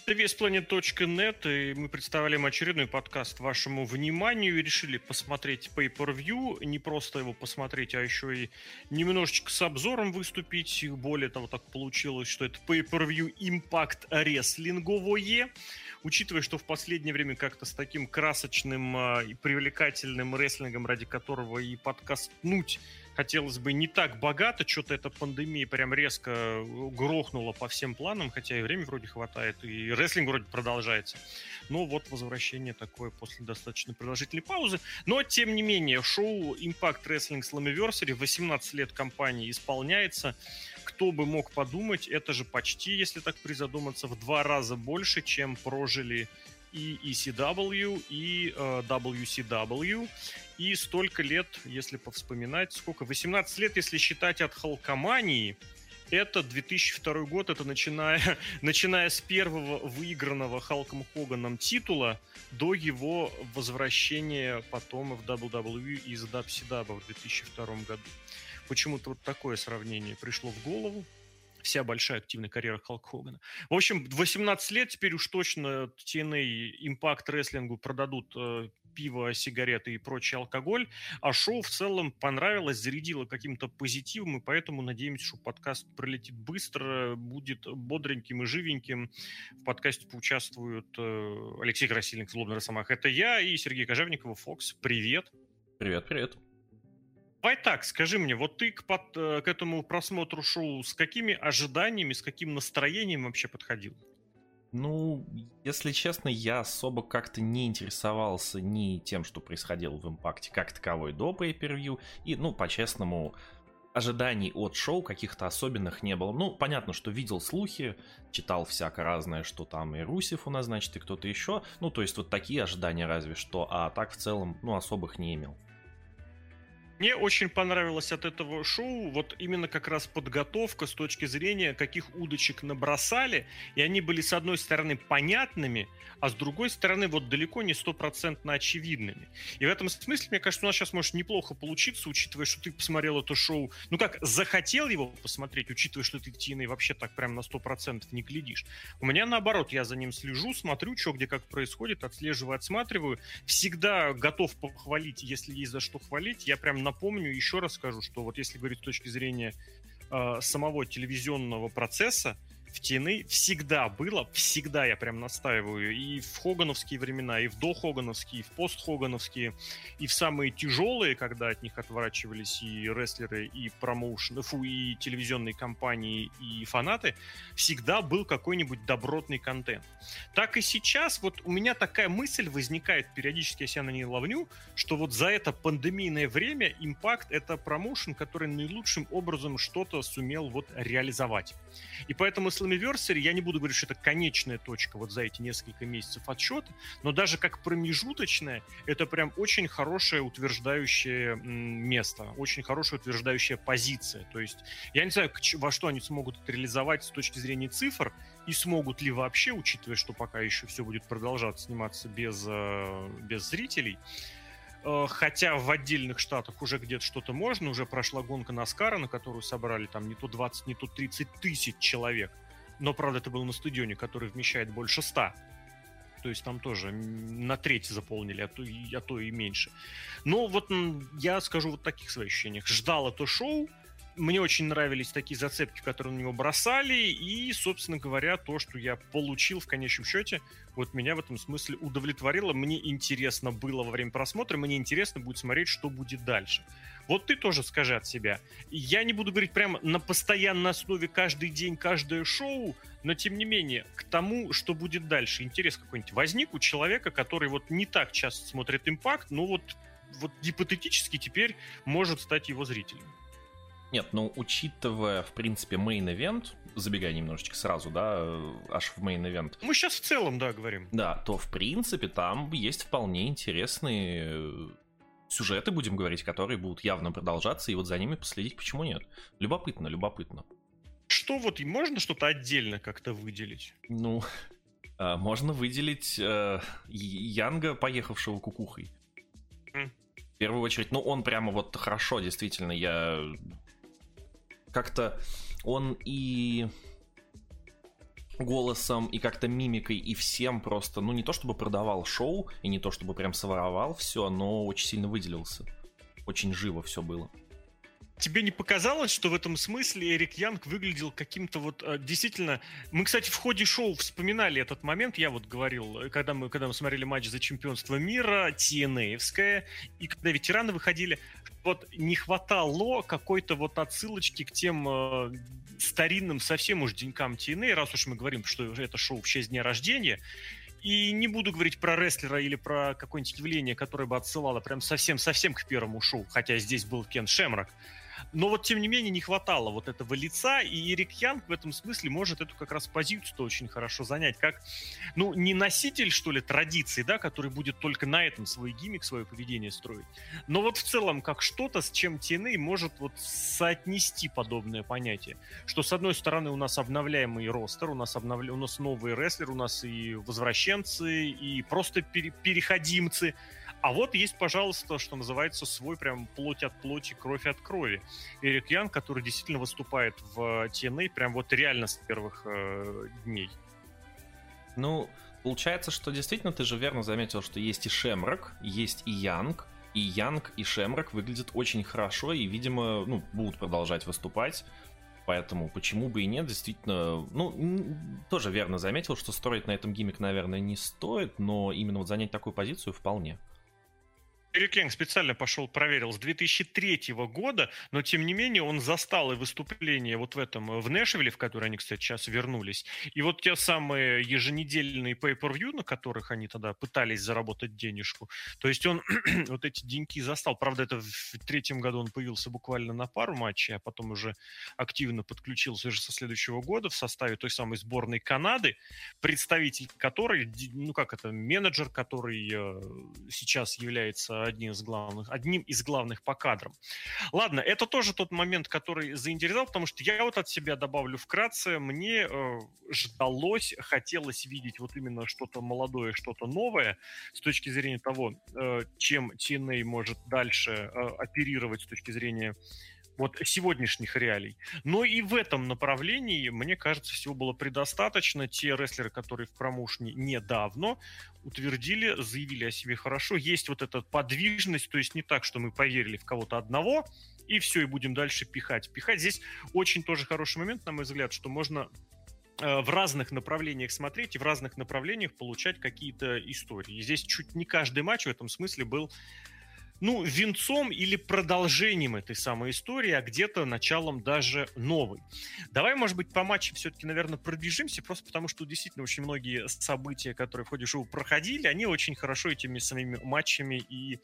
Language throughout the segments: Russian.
VSPlanet.net, и мы представляем очередной подкаст вашему вниманию и решили посмотреть Pay-Per-View, не просто его посмотреть, а еще и немножечко с обзором выступить. Более того, так получилось, что это Pay-Per-View Impact рестлинговое. Учитывая, что в последнее время как-то с таким красочным и привлекательным рестлингом, ради которого и подкастнуть хотелось бы не так богато, что-то эта пандемия прям резко грохнула по всем планам, хотя и время вроде хватает, и рестлинг вроде продолжается. Но вот возвращение такое после достаточно продолжительной паузы. Но, тем не менее, шоу Impact Wrestling Slammiversary 18 лет компании исполняется. Кто бы мог подумать, это же почти, если так призадуматься, в 2 раза больше, чем прожили и ECW, и WCW. И столько лет, если повспоминать, сколько? 18 лет, если считать от Халкомании. Это 2002 год, это начиная с первого выигранного Халком Хоганом титула до его возвращения потом в WWE из WCW в 2002 году. Почему-то вот такое сравнение пришло в голову. Вся большая активная карьера Халка Хогана. В общем, 18 лет теперь уж точно TNA Impact Wrestling'у продадут пиво, сигареты и прочий алкоголь, а шоу в целом понравилось, зарядило каким-то позитивом, и поэтому надеемся, что подкаст пролетит быстро, будет бодреньким и живеньким. В подкасте поучаствуют Алексей Красильник, Злобный Росомах, это я, и Сергей Кожевников, Фокс. Привет! Привет. Давай так, скажи мне, вот ты к этому просмотру шоу с какими ожиданиями, с каким настроением вообще подходил? Ну, если честно, я особо как-то не интересовался ни тем, что происходило в Импакте как таковой до Pay-Per-View, и, по-честному, ожиданий от шоу каких-то особенных не было. Понятно, что видел слухи, читал всяко разное, что там и Русев у нас, значит, и кто-то еще. То есть вот такие ожидания разве что, а так в целом, особых не имел. Мне очень понравилось от этого шоу вот именно как раз подготовка с точки зрения, каких удочек набросали, и они были с одной стороны понятными, а с другой стороны вот далеко не 100% очевидными. И в этом смысле, мне кажется, у нас сейчас может неплохо получиться, учитывая, что ты посмотрел это шоу, захотел его посмотреть, учитывая, что ты в TNA вообще так прям на 100% не глядишь. У меня наоборот, я за ним слежу, смотрю, что где как происходит, отслеживаю, отсматриваю, всегда готов похвалить, если есть за что хвалить, я прям напомню, еще раз скажу, что вот если говорить с точки зрения самого телевизионного процесса, в TNA всегда я прям настаиваю, и в хогановские времена, и в дохогановские, и в постхогановские, и в самые тяжелые, когда от них отворачивались и рестлеры, и и телевизионные компании, и фанаты, всегда был какой-нибудь добротный контент. Так и сейчас вот у меня такая мысль возникает периодически, я себя на ней ловлю, что вот за это пандемийное время Impact — это промоушен, который наилучшим образом что-то сумел вот реализовать. И поэтому Slammiversary, я не буду говорить, что это конечная точка вот за эти несколько месяцев отсчета, но даже как промежуточная, это прям очень хорошее утверждающее место, очень хорошая утверждающая позиция. То есть я не знаю, во что они смогут это реализовать с точки зрения цифр, и смогут ли вообще, учитывая, что пока еще все будет продолжаться сниматься без зрителей. Хотя в отдельных штатах уже где-то что-то можно, уже прошла гонка Наскара, на которую собрали там не то 20, не то 30 тысяч человек. Но, правда, это было на стадионе, который вмещает больше 100. То есть там тоже на треть заполнили, а то и меньше. Но вот я скажу вот таких своих ощущениях. Ждал это шоу. Мне очень нравились такие зацепки, которые на него бросали, и, собственно говоря, то, что я получил в конечном счете, вот меня в этом смысле удовлетворило. Мне интересно было во время просмотра, мне интересно будет смотреть, что будет дальше. Вот ты тоже скажи от себя. Я не буду говорить прямо на постоянной основе каждый день, каждое шоу, но, тем не менее, к тому, что будет дальше, интерес какой-нибудь возник у человека, который вот не так часто смотрит Impact, но вот гипотетически теперь может стать его зрителем. Нет, учитывая, в принципе, мейн-эвент, забегая немножечко сразу, да, аж в мейн-эвент. Мы сейчас в целом, да, говорим. Да, то, в принципе, там есть вполне интересные сюжеты, будем говорить, которые будут явно продолжаться, и вот за ними последить почему нет. Любопытно. Что вот, и можно что-то отдельно как-то выделить? Можно выделить Янга, поехавшего кукухой. В первую очередь, он прямо вот хорошо, действительно, я... Как-то он и голосом и как-то мимикой и всем просто, ну не то чтобы продавал шоу и не то чтобы прям своровал все, но очень сильно выделился. Очень живо все было. Тебе не показалось, что в этом смысле Эрик Янг выглядел каким-то вот действительно... Мы, кстати, в ходе шоу вспоминали этот момент, я вот говорил, когда мы смотрели матч за чемпионство мира, TNA-евское, и когда ветераны выходили, вот не хватало какой-то вот отсылочки к тем старинным совсем уж денькам TNA, раз уж мы говорим, что это шоу в честь дня рождения. И не буду говорить про рестлера или про какое-нибудь явление, которое бы отсылало прям совсем-совсем к первому шоу, хотя здесь был Кен Шемрак. Но вот, тем не менее, не хватало вот этого лица, и Эрик Янг в этом смысле может эту как раз позицию очень хорошо занять, как, ну, не носитель, что ли, традиций, да, который будет только на этом свой гиммик, свое поведение строить, но вот в целом как что-то, с чем TNA может вот соотнести подобное понятие, что, с одной стороны, у нас обновляемый ростер, у нас новые рестлеры, у нас и возвращенцы, и просто переходимцы. А вот есть, пожалуйста, что называется, свой прям плоть от плоти, кровь от крови. Эрик Янг, который действительно выступает в TNA прям вот реально с первых дней. Ну, получается, что действительно ты же верно заметил, что есть и Шемрак, есть и Янг и Шемрак выглядят очень хорошо и, видимо, ну, будут продолжать выступать. Поэтому почему бы и нет, действительно, ну, тоже верно заметил, что строить на этом гиммик, наверное, не стоит, но именно вот занять такую позицию вполне. Эрик Янг специально пошел, проверил с 2003 года, но тем не менее он застал и выступление вот в этом, в Нэшвилле, в который они, кстати, сейчас вернулись, и вот те самые еженедельные pay-per-view, на которых они тогда пытались заработать денежку, то есть он вот эти деньги застал. Правда, это в третьем году он появился буквально на пару матчей, а потом уже активно подключился уже со следующего года в составе той самой сборной Канады, представитель которой, ну как это, менеджер, который сейчас является одним из главных по кадрам. Ладно, это тоже тот момент, который заинтересовал, потому что я вот от себя добавлю вкратце, мне хотелось видеть вот именно что-то молодое, что-то новое с точки зрения того, чем TNA может дальше оперировать с точки зрения вот сегодняшних реалий. Но и в этом направлении, мне кажется, всего было предостаточно. Те рестлеры, которые в промоушене недавно утвердили, заявили о себе хорошо. Есть вот эта подвижность, то есть не так, что мы поверили в кого-то одного, и все, и будем дальше пихать. Здесь очень тоже хороший момент, на мой взгляд, что можно в разных направлениях смотреть и в разных направлениях получать какие-то истории. И здесь чуть не каждый матч в этом смысле был, ну, венцом или продолжением этой самой истории, а где-то началом даже новой. Давай, может быть, по матчам все-таки, наверное, пробежимся, просто потому что действительно очень многие события, которые в ходе шоу проходили, они очень хорошо этими самими матчами и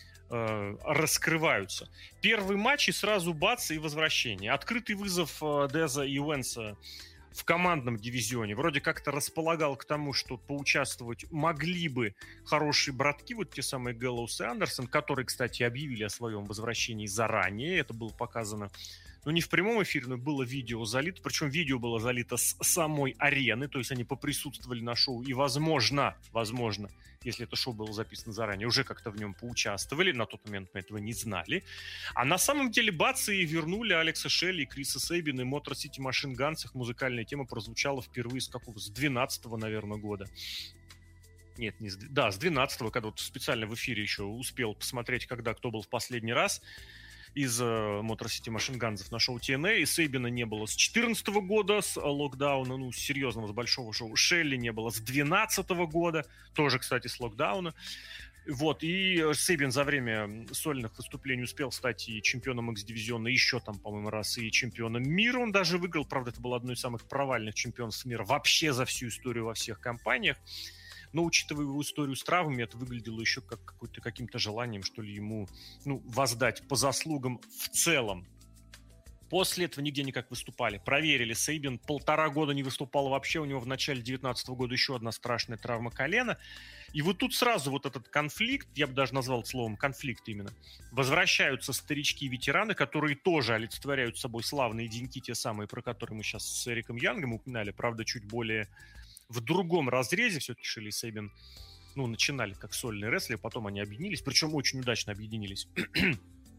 раскрываются. Первый матч и сразу бац и возвращение. Открытый вызов Деза и Уэнса в командном дивизионе вроде как-то располагал к тому, что поучаствовать могли бы хорошие братки, вот те самые Гэллоус и Андерсон, которые, кстати, объявили о своем возвращении заранее. Это было показано, ну, не в прямом эфире, но было видео залито. Причем видео было залито с самой арены, то есть они поприсутствовали на шоу и, возможно, если это шоу было записано заранее, уже как-то в нем поучаствовали. На тот момент мы этого не знали. А на самом деле бац, и вернули Алекса Шелли, Криса Сейбина и Motor City Machine Guns. Их музыкальная тема прозвучала впервые с 12-го, наверное, года. Нет, с 12-го, когда вот специально в эфире еще успел посмотреть, когда кто был в последний раз из Motor City Machine Guns на шоу TNA, и Сейбина не было с 2014 года, с локдауна, ну, серьезного, с большого шоу. Шелли не было с 2012 года, тоже, кстати, с локдауна. Вот, и Сейбин за время сольных выступлений успел стать и чемпионом X-дивизиона, еще там, по-моему, раз, и чемпионом мира он даже выиграл. Правда, это было одно из самых провальных чемпионств мира вообще за всю историю во всех компаниях. Но, учитывая его историю с травмами, это выглядело еще как каким-то желанием, что ли, ему, ну, воздать по заслугам в целом. После этого нигде никак выступали. Проверили, Сейбин 1,5 года не выступал вообще. У него в начале 2019 года еще одна страшная травма колена. И вот тут сразу вот этот конфликт, я бы даже назвал это словом конфликт именно, возвращаются старички и ветераны, которые тоже олицетворяют собой славные деньки, те самые, про которые мы сейчас с Эриком Янгом упоминали, правда, чуть более в другом разрезе. Все-таки Шелли и Сейбин, ну, начинали как сольные рестлеры, потом они объединились, причем очень удачно объединились.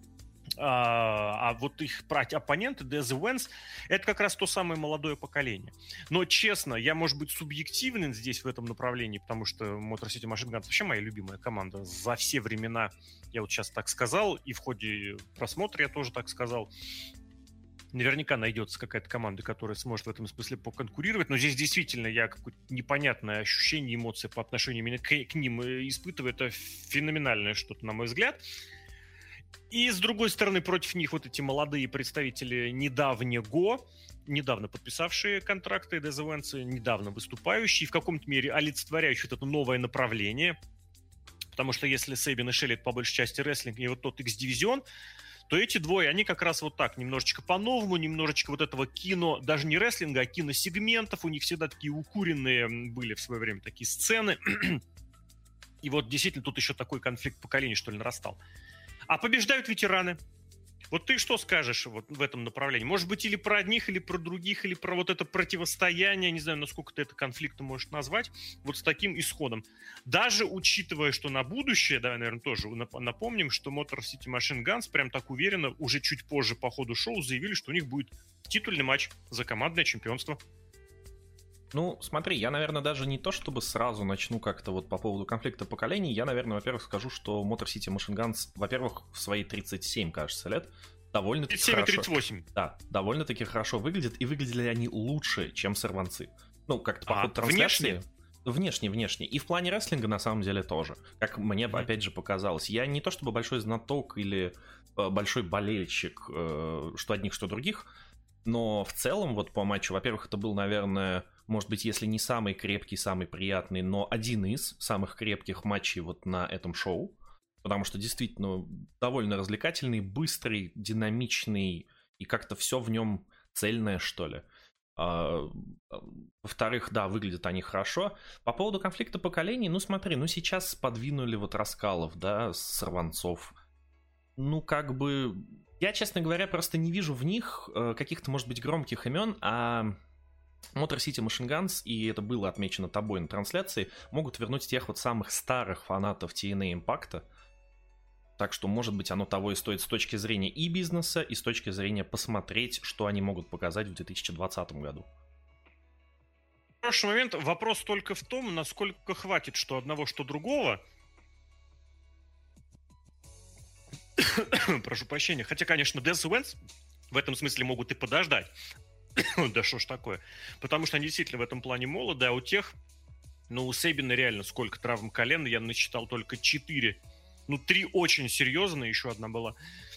А вот их оппоненты, The Vans, это как раз то самое молодое поколение. Но, честно, я, может быть, субъективен здесь в этом направлении, потому что Motor City Machine Guns вообще моя любимая команда за все времена. Я вот сейчас так сказал, и в ходе просмотра я тоже так сказал. Наверняка найдется какая-то команда, которая сможет в этом смысле поконкурировать, но здесь действительно я какое-то непонятное ощущение, эмоции по отношению именно к ним испытываю. Это феноменальное что-то, на мой взгляд. И, с другой стороны, против них вот эти молодые представители недавно подписавшие контракты дезавенцы, недавно выступающие, в каком-то мере олицетворяющие вот это новое направление. Потому что если Сейбин и Шелли — это по большей части рестлинг, и вот тот X-дивизион, то эти двое, они как раз вот так, немножечко по-новому, немножечко вот этого кино, даже не рестлинга, а киносегментов, у них всегда такие укуренные были в свое время такие сцены. И вот действительно тут еще такой конфликт поколений, что ли, нарастал. А побеждают ветераны. Вот ты что скажешь вот в этом направлении? Может быть, или про одних, или про других, или про вот это противостояние, не знаю, насколько ты это конфликтом можешь назвать, вот с таким исходом. Даже учитывая, что на будущее, давай, наверное, тоже напомним, что Motor City Machine Guns прям так уверенно, уже чуть позже по ходу шоу заявили, что у них будет титульный матч за командное чемпионство. Ну, смотри, я, наверное, даже не то, чтобы сразу начну как-то вот по поводу конфликта поколений. Я, наверное, во-первых, скажу, что Motor City Machine Guns, во-первых, в свои 37, кажется, лет, довольно-таки 37 хорошо... 38. Да, довольно-таки хорошо выглядят, и выглядели они лучше, чем сорванцы. Ну, как-то по ходу трансляции... Внешне. И в плане рестлинга, на самом деле, тоже. Как мне, опять же, показалось. Я не то чтобы большой знаток или большой болельщик, что одних, что других, но в целом, вот по матчу, во-первых, это был, наверное, может быть, если не самый крепкий, самый приятный, но один из самых крепких матчей вот на этом шоу. Потому что действительно довольно развлекательный, быстрый, динамичный, и как-то все в нем цельное, что ли. Во-вторых, да, выглядят они хорошо. По поводу конфликта поколений, ну смотри, ну сейчас подвинули вот Раскалов, да, сорванцов. Ну как бы... Я, честно говоря, просто не вижу в них каких-то, может быть, громких имен, а Motor City Machine Guns, и это было отмечено тобой на трансляции, могут вернуть тех вот самых старых фанатов TNA Impact. Так что, может быть, оно того и стоит с точки зрения и бизнеса, и с точки зрения посмотреть, что они могут показать в 2020 году. Хороший момент. Вопрос только в том, насколько хватит что одного, что другого. Прошу прощения. Хотя, конечно, Death Wins в этом смысле могут и подождать. Да что ж такое. Потому что они действительно в этом плане молоды, а у тех, ну, у Сейбина реально сколько травм колена, я насчитал только 4. Ну, 3 очень серьезные, еще одна была.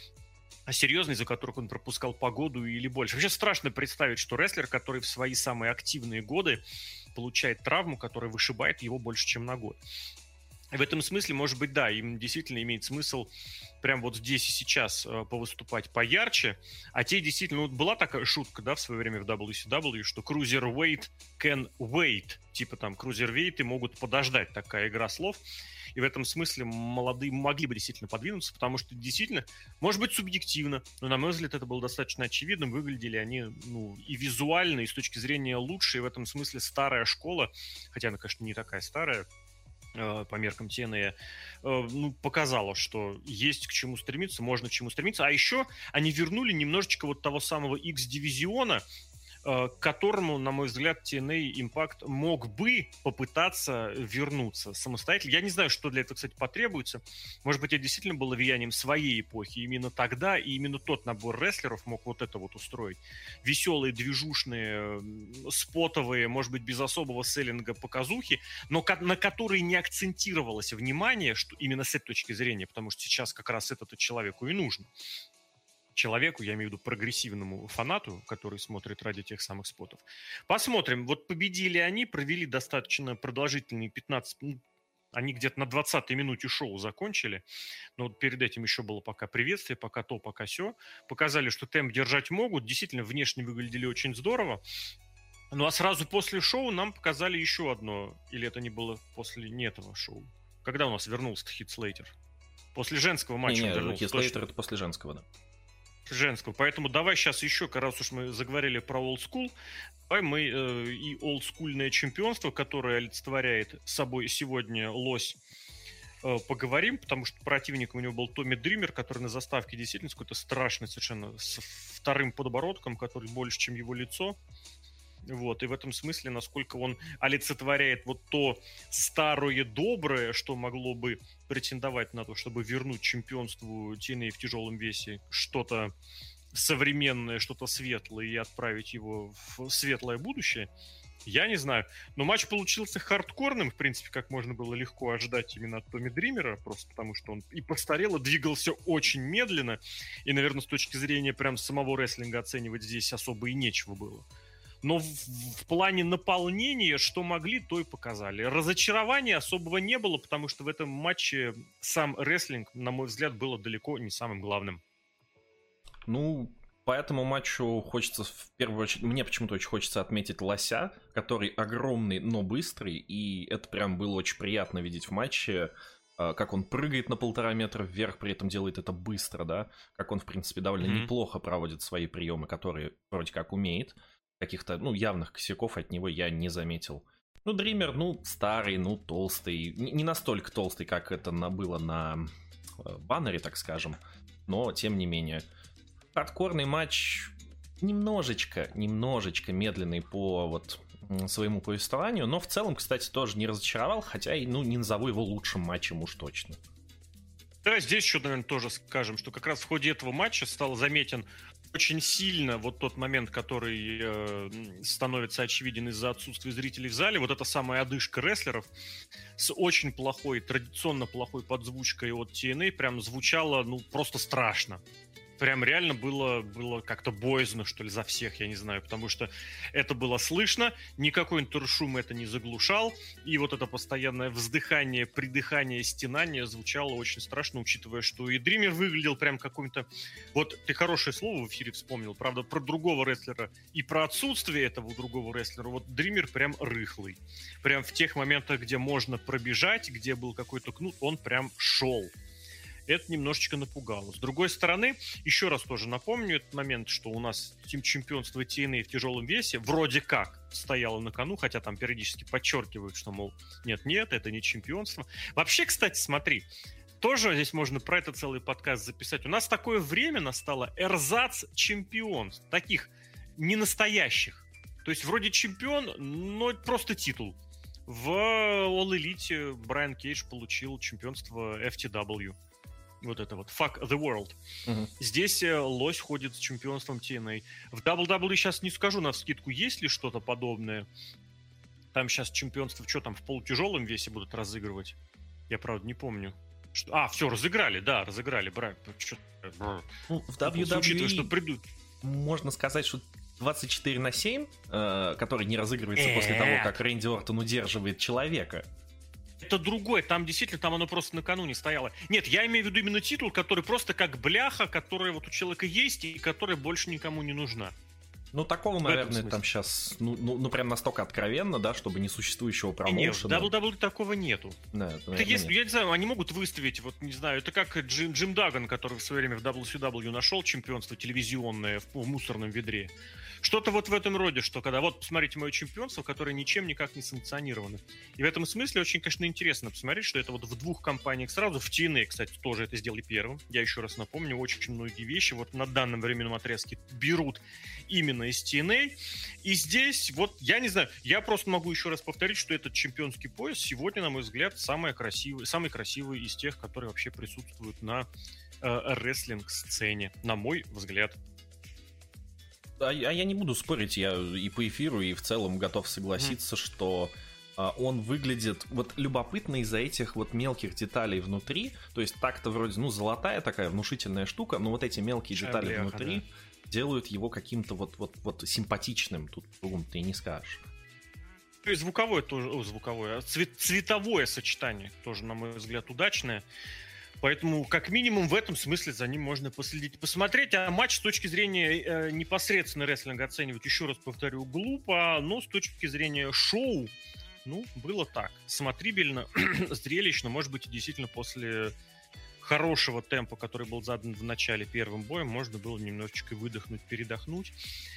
А серьезные, из-за которых он пропускал погоду или больше. Вообще страшно представить, что рестлер, который в свои самые активные годы получает травму, которая вышибает его больше, чем на год. В этом смысле, может быть, да, им действительно имеет смысл прям вот здесь и сейчас повыступать поярче. А те действительно... Ну, была такая шутка, да, в свое время в WCW, что Cruiserweight can wait. Типа там Cruiserweighты могут подождать. Такая игра слов. И в этом смысле молодые могли бы действительно подвинуться, потому что действительно, может быть, субъективно, но, на мой взгляд, это было достаточно очевидным. Выглядели они, ну, и визуально, и с точки зрения лучше. И в этом смысле старая школа, хотя она, конечно, не такая старая, по меркам TNA, ну, показала, что есть к чему стремиться, можно к чему стремиться. А еще они вернули немножечко вот того самого X-дивизиона, к которому, на мой взгляд, TNA Impact мог бы попытаться вернуться самостоятельно. Я не знаю, что для этого, кстати, потребуется. Может быть, это действительно было влиянием своей эпохи. Именно тогда и именно тот набор рестлеров мог вот это вот устроить. Веселые, движушные, спотовые, может быть, без особого селлинга показухи, но на которые не акцентировалось внимание, что именно с этой точки зрения, потому что сейчас как раз это человеку и нужно. Человеку, я имею в виду прогрессивному фанату, который смотрит ради тех самых спотов. Посмотрим. Вот победили они, провели достаточно продолжительные 15 минут. Они где-то на 20-й минуте шоу закончили. Но вот перед этим еще было пока приветствие, пока то, пока сё. Показали, что темп держать могут. Действительно, внешне выглядели очень здорово. Ну а сразу после шоу нам показали еще одно. Или это не было после не этого шоу? Когда у нас вернулся Хит Слейтер? После женского матча он вернулся. Хит Слейтер это после женского, да. Женского. Поэтому давай сейчас еще, раз уж мы заговорили про олдскул, давай мы и олдскульное чемпионство, которое олицетворяет собой сегодня Лось, поговорим, потому что противником у него был Томми Дример, который на заставке действительно с какой-то страшный совершенно, с вторым подбородком, который больше, чем его лицо. Вот, и в этом смысле, насколько он олицетворяет вот то старое доброе, что могло бы претендовать на то, чтобы вернуть чемпионству TNA в тяжелом весе что-то современное, что-то светлое и отправить его в светлое будущее, я не знаю. Но матч получился хардкорным, в принципе, как можно было легко ожидать именно от Томми Дримера, просто потому что он и постарел, и двигался очень медленно, и, наверное, с точки зрения прям самого рестлинга оценивать здесь особо и нечего было. Но в плане наполнения, что могли, то и показали. Разочарования особого не было, потому что в этом матче сам рестлинг, на мой взгляд, было далеко не самым главным. Ну, по этому матчу хочется, в первую очередь, мне почему-то очень хочется отметить Лося, который огромный, но быстрый, и это прям было очень приятно видеть в матче, как он прыгает на 1,5 метра вверх, при этом делает это быстро, да, как он, в принципе, довольно неплохо проводит свои приемы, которые вроде как умеет. Каких-то, ну, явных косяков от него я не заметил. Ну, Дример, ну, старый, ну, толстый. Не настолько толстый, как это было на баннере, так скажем. Но, тем не менее. Хардкорный матч немножечко медленный по вот своему повествованию. Но в целом, кстати, тоже не разочаровал. Хотя, ну, не назову его лучшим матчем уж точно. Да, здесь еще, наверное, тоже скажем, что как раз в ходе этого матча стал заметен очень сильно вот тот момент, который становится очевиден из-за отсутствия зрителей в зале. Вот эта самая одышка рестлеров с очень плохой, традиционно плохой подзвучкой от TNA прям звучала, ну, просто страшно. Прям реально было как-то боязно, что ли, за всех, я не знаю, потому что это было слышно, никакой интершум это не заглушал, и вот это постоянное вздыхание, придыхание, стенание звучало очень страшно, учитывая, что и Дример выглядел прям каким-то... Вот ты хорошее слово в эфире вспомнил, правда, про другого рестлера и про отсутствие этого другого рестлера. Вот Дример прям рыхлый. Прям в тех моментах, где можно пробежать, где был какой-то кнут, он прям шел. Это немножечко напугало. С другой стороны, еще раз тоже напомню этот момент, что у нас чемпионство TNA в тяжелом весе вроде как стояло на кону, хотя там периодически подчеркивают, что, мол, нет, это не чемпионство. Вообще, кстати, смотри, тоже здесь можно про это целый подкаст записать. У нас такое время настало эрзац-чемпионств, таких ненастоящих. То есть вроде чемпион, но просто титул. В All Elite Брайан Кейдж получил чемпионство FTW. Вот это вот Fuck the World. Здесь Лось ходит с чемпионством TNA. В WWE сейчас не скажу навскидку, есть ли что-то подобное. Там сейчас чемпионство, что там, в полутяжелом весе будут разыгрывать? Я, правда, не помню. Все, разыграли. Ну, в WWE учитывая, что придут. Можно сказать, что 24/7, который не разыгрывается после того, как Рэнди Ортон удерживает человека. Это другое, там действительно, там оно просто накануне стояло. Нет, я имею в виду именно титул, который просто как бляха, которая вот у человека есть и которая больше никому не нужна. Ну, такого, наверное, там сейчас, ну, прям настолько откровенно, да, чтобы несуществующего промоушена. Нет, в WWE такого нету. Да, это если, я не знаю, они могут выставить, вот, не знаю, это как Джим Дагган, который в свое время в WCW нашел чемпионство телевизионное в мусорном ведре. Что-то вот в этом роде, что когда вот, посмотрите, мое чемпионство, которое ничем никак не санкционировано. И в этом смысле очень, конечно, интересно посмотреть, что это вот в двух компаниях сразу. В TNA, кстати, тоже это сделали первым. Я еще раз напомню, очень многие вещи вот на данном временном отрезке берут именно из TNA. И здесь, вот, я не знаю, я просто могу еще раз повторить, что этот чемпионский пояс сегодня, на мой взгляд, самый красивый из тех, которые вообще присутствуют на рестлинг-сцене, на мой взгляд. Я не буду спорить, я и по эфиру, и в целом готов согласиться, что он выглядит вот любопытно из-за этих вот мелких деталей внутри. То есть так-то вроде, ну, золотая такая внушительная штука, но вот эти мелкие детали внутри делают его каким-то вот симпатичным. Тут по-другому ты и не скажешь. И звуковое тоже, цветовое сочетание тоже, на мой взгляд, удачное. Поэтому, как минимум, в этом смысле за ним можно последить, посмотреть. А матч с точки зрения непосредственно рестлинга оценивать, еще раз повторю, глупо, но с точки зрения шоу, ну, было так. Смотрибельно, зрелищно, может быть, и действительно после хорошего темпа, который был задан в начале первым боем, можно было немножечко выдохнуть, передохнуть.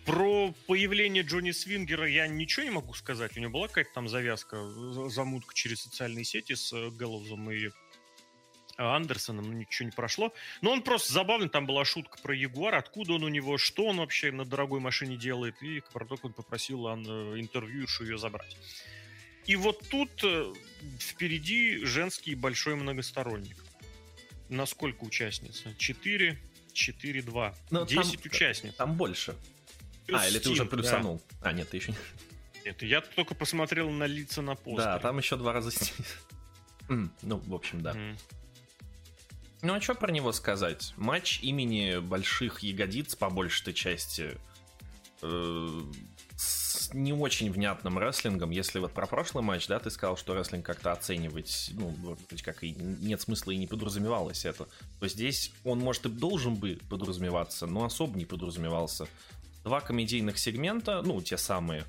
Про появление Джонни Свингера я ничего не могу сказать. У него была какая-то там завязка, замутка через социальные сети с Гэллоузом и Андерсоном, ну, ничего не прошло. Но он просто забавный, там была шутка про Ягуар, откуда он у него, что он вообще на дорогой машине делает, и Кварток он попросил интервьюершу ее забрать. И вот тут впереди женский большой многосторонник. На сколько участниц? 4, 2. 10 участниц. Там больше. Плюс или ты Sting, уже плюсанул? Да. Нет, ты еще не... Нет, я только посмотрел на лица на постере. Да, там еще 2 раза Sting. Ну, в общем, да. Ну, а что про него сказать? Матч имени больших ягодиц, по большей части, с не очень внятным рестлингом. Если вот про прошлый матч, да, ты сказал, что рестлинг как-то оценивать, ну, вроде как и нет смысла и не подразумевалось это, то здесь он, может, и должен бы подразумеваться, но особо не подразумевался. 2 комедийных сегмента, ну, те самые,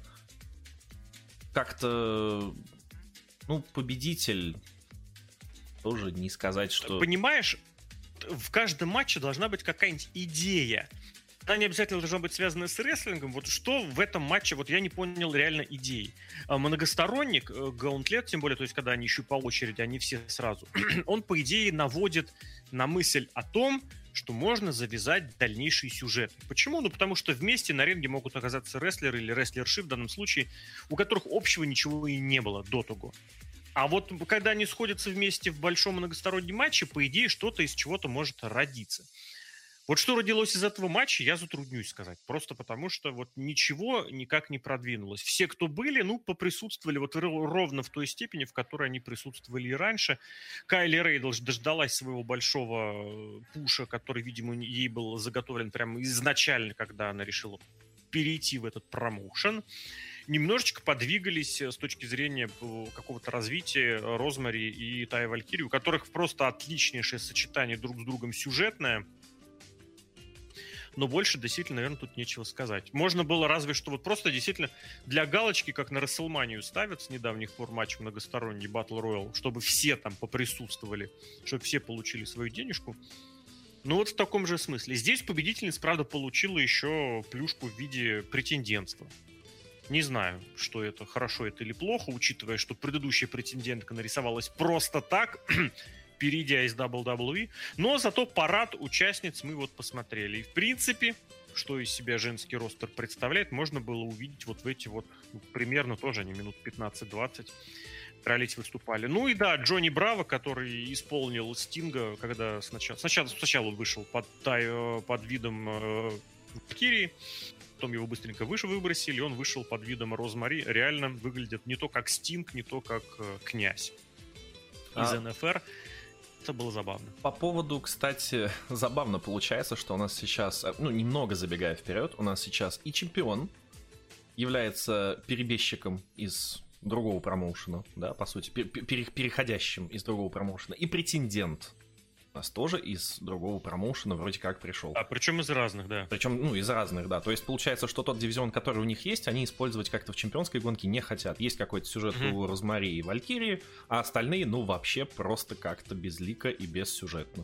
как-то, ну, победитель... Тоже не сказать, что... Понимаешь, в каждом матче должна быть какая-нибудь идея. Она не обязательно должна быть связана с рестлингом. Вот что в этом матче, вот я не понял реально идеи. Многосторонник, Гаунтлет, тем более, то есть когда они еще по очереди, они все сразу, он, по идее, наводит на мысль о том, что можно завязать дальнейший сюжет. Почему? Ну, потому что вместе на ринге могут оказаться рестлеры или рестлерши в данном случае, у которых общего ничего и не было до того. А вот когда они сходятся вместе в большом многостороннем матче, по идее, что-то из чего-то может родиться. Вот что родилось из этого матча, я затруднюсь сказать. Просто потому, что вот ничего никак не продвинулось. Все, кто были, ну, поприсутствовали вот ровно в той степени, в которой они присутствовали и раньше. Кайли Рейдл дождалась своего большого пуша, который, видимо, ей был заготовлен прямо изначально, когда она решила перейти в этот промоушен. Немножечко подвигались с точки зрения какого-то развития Розмари и Тая Валькирии, у которых просто отличнейшее сочетание друг с другом сюжетное. Но больше действительно, наверное, тут нечего сказать. Можно было разве что вот просто действительно для галочки, как на Расселманию ставят с недавних пор матч многосторонний Battle Royale, чтобы все там поприсутствовали, чтобы все получили свою денежку. Ну вот в таком же смысле. Здесь победительница, правда, получила еще плюшку в виде претендентства. Не знаю, что это, хорошо это или плохо, учитывая, что предыдущая претендентка нарисовалась просто так, перейдя из WWE. Но зато парад участниц мы вот посмотрели. И в принципе, что из себя женский ростер представляет, можно было увидеть вот в эти вот, ну, примерно тоже они минут 15-20 дрались, выступали. Ну и да, Джонни Браво, который исполнил Стинга, когда сначала он вышел под видом Кири, потом его быстренько выбросили, он вышел под видом Розмари. Реально выглядит не то как Стинг, не то как князь из НФР. Это было забавно. По поводу, кстати, забавно получается, что у нас сейчас, ну, немного забегая вперед, у нас сейчас и чемпион является перебежчиком из другого промоушена, да, по сути, переходящим из другого промоушена, и претендент у нас тоже из другого промоушена вроде как пришел. А причем из разных, да. Причем, ну, из разных, да. То есть получается, что тот дивизион, который у них есть, они использовать как-то в чемпионской гонке не хотят. Есть какой-то сюжет у Розмари и Валькирии, а остальные, ну, вообще просто как-то безлико и бессюжетно.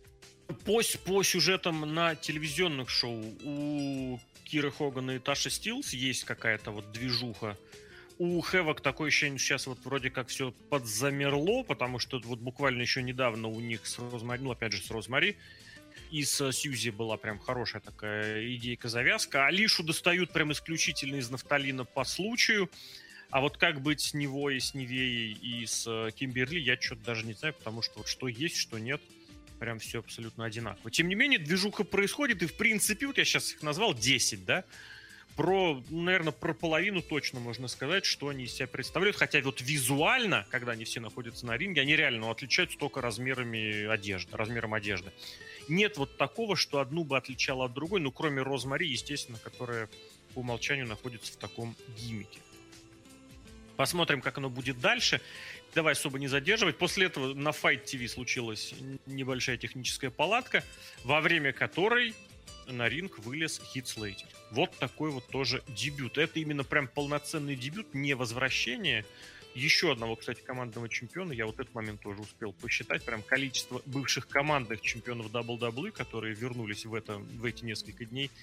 По сюжетам на телевизионных шоу у Киры Хогана и Таши Стилс есть какая-то вот движуха. У Хэвок такое ощущение, сейчас вот вроде как все подзамерло, потому что вот буквально еще недавно у них с Розмари, ну опять же с Розмари, и с Сьюзи была прям хорошая такая идейка-завязка. Алишу достают прям исключительно из нафталина по случаю. А вот как быть с Невой, с Невеей и с Кимберли, я что-то даже не знаю, потому что вот что есть, что нет, прям все абсолютно одинаково. Тем не менее, движуха происходит, и в принципе, вот я сейчас их назвал 10, да, наверное, про половину точно можно сказать, что они из себя представляют. Хотя вот визуально, когда они все находятся на ринге, они реально отличаются только размером одежды. Нет вот такого, что одну бы отличало от другой, ну, кроме Розмари, естественно, которая по умолчанию находится в таком гиммике. Посмотрим, как оно будет дальше. Давай особо не задерживать. После этого на Fight TV случилась небольшая техническая палатка, во время которой на ринг вылез Хит Слейтер. Вот такой вот тоже дебют. Это именно прям полноценный дебют, не возвращение. Еще одного, кстати, командного чемпиона. Я вот этот момент тоже успел посчитать. Прям количество бывших командных чемпионов WWE, которые вернулись в эти несколько дней.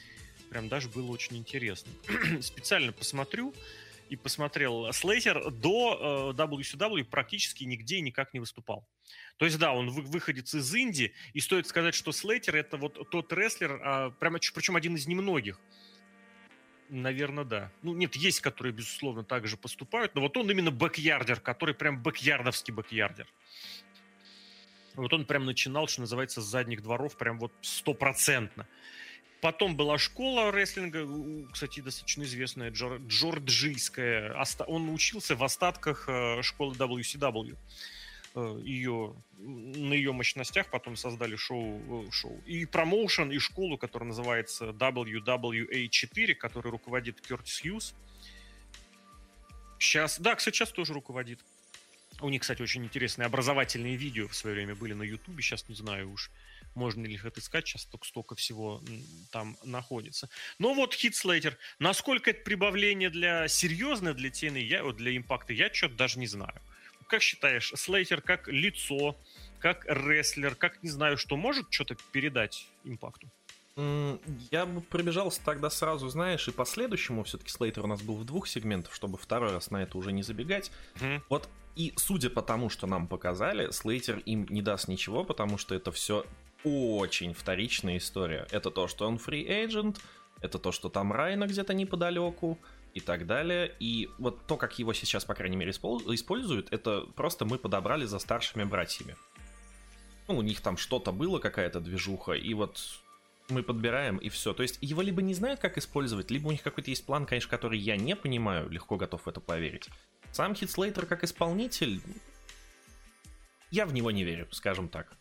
Прям даже было очень интересно. Специально посмотрю. И посмотрел. Слейтер до WCW практически нигде и никак не выступал. То есть, да, он выходец из Индии, и стоит сказать, что Слейтер — это вот тот рестлер, причем один из немногих. Наверное, да. Ну, нет, есть, которые, безусловно, также поступают, но вот он именно бэкьярдер, который прям бэкьярдовский бэкьярдер. Вот он прям начинал, что называется, с задних дворов, прям вот стопроцентно. Потом была школа рестлинга, кстати, достаточно известная, джорджийская. Он учился в остатках школы WCW. На ее мощностях потом создали шоу. И промоушен, и школу, которая называется WWA4, которой руководит Кертис Хьюз. Сейчас, да, кстати, сейчас тоже руководит. У них, кстати, очень интересные образовательные видео в свое время были на Ютубе. Сейчас не знаю уж, можно ли их отыскать. Сейчас столько всего там находится. Но вот Хит Слейтер. Насколько это прибавление серьезное для TNA, для импакта, я что-то даже не знаю. Как считаешь, Слейтер как лицо, как рестлер, как не знаю что, может что-то передать импакту? Я бы пробежался тогда сразу, знаешь, и по следующему. Все-таки Слейтер у нас был в 2 сегментах, чтобы второй раз на это уже не забегать. Вот. И судя по тому, что нам показали, Слейтер им не даст ничего, потому что это все очень вторичная история. Это то, что он фри-эйджент, это то, что там Райна где-то неподалеку и так далее. И вот то, как его сейчас, по крайней мере, используют, это просто мы подобрали за старшими братьями. Ну, у них там что-то было, какая-то движуха, и вот мы подбираем, и все. То есть его либо не знают, как использовать, либо у них какой-то есть план, конечно, который я не понимаю, легко готов в это поверить. Сам Хит Слейтер как исполнитель, я в него не верю, скажем так.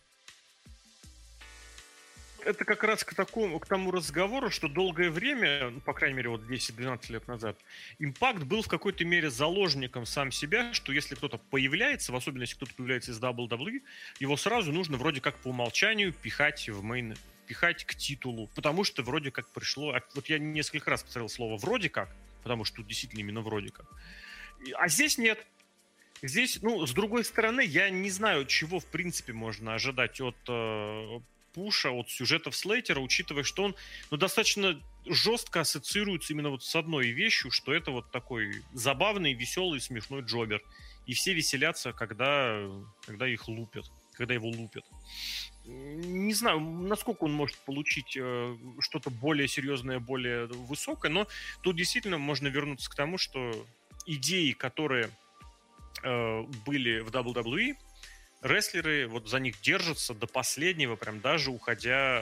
Это как раз к тому разговору, что долгое время, по крайней мере, вот 10-12 лет назад, Импакт был в какой-то мере заложником сам себя, что если кто-то появляется, в особенности кто-то появляется из WWE, его сразу нужно вроде как по умолчанию пихать в мейн, пихать к титулу, потому что вроде как пришло... Вот я несколько раз повторил слово «вроде как», потому что тут действительно именно «вроде как». А здесь нет. Здесь, ну, с другой стороны, я не знаю, чего, в принципе, можно ожидать от пуша, от сюжетов Слейтера, учитывая, что он, ну, достаточно жестко ассоциируется именно вот с одной вещью, что это вот такой забавный, веселый, смешной джобер. И все веселятся, когда их лупят, когда его лупят. Не знаю, насколько он может получить что-то более серьезное, более высокое, но тут действительно можно вернуться к тому, что идеи, которые были в WWE, рестлеры вот за них держатся до последнего, прям даже уходя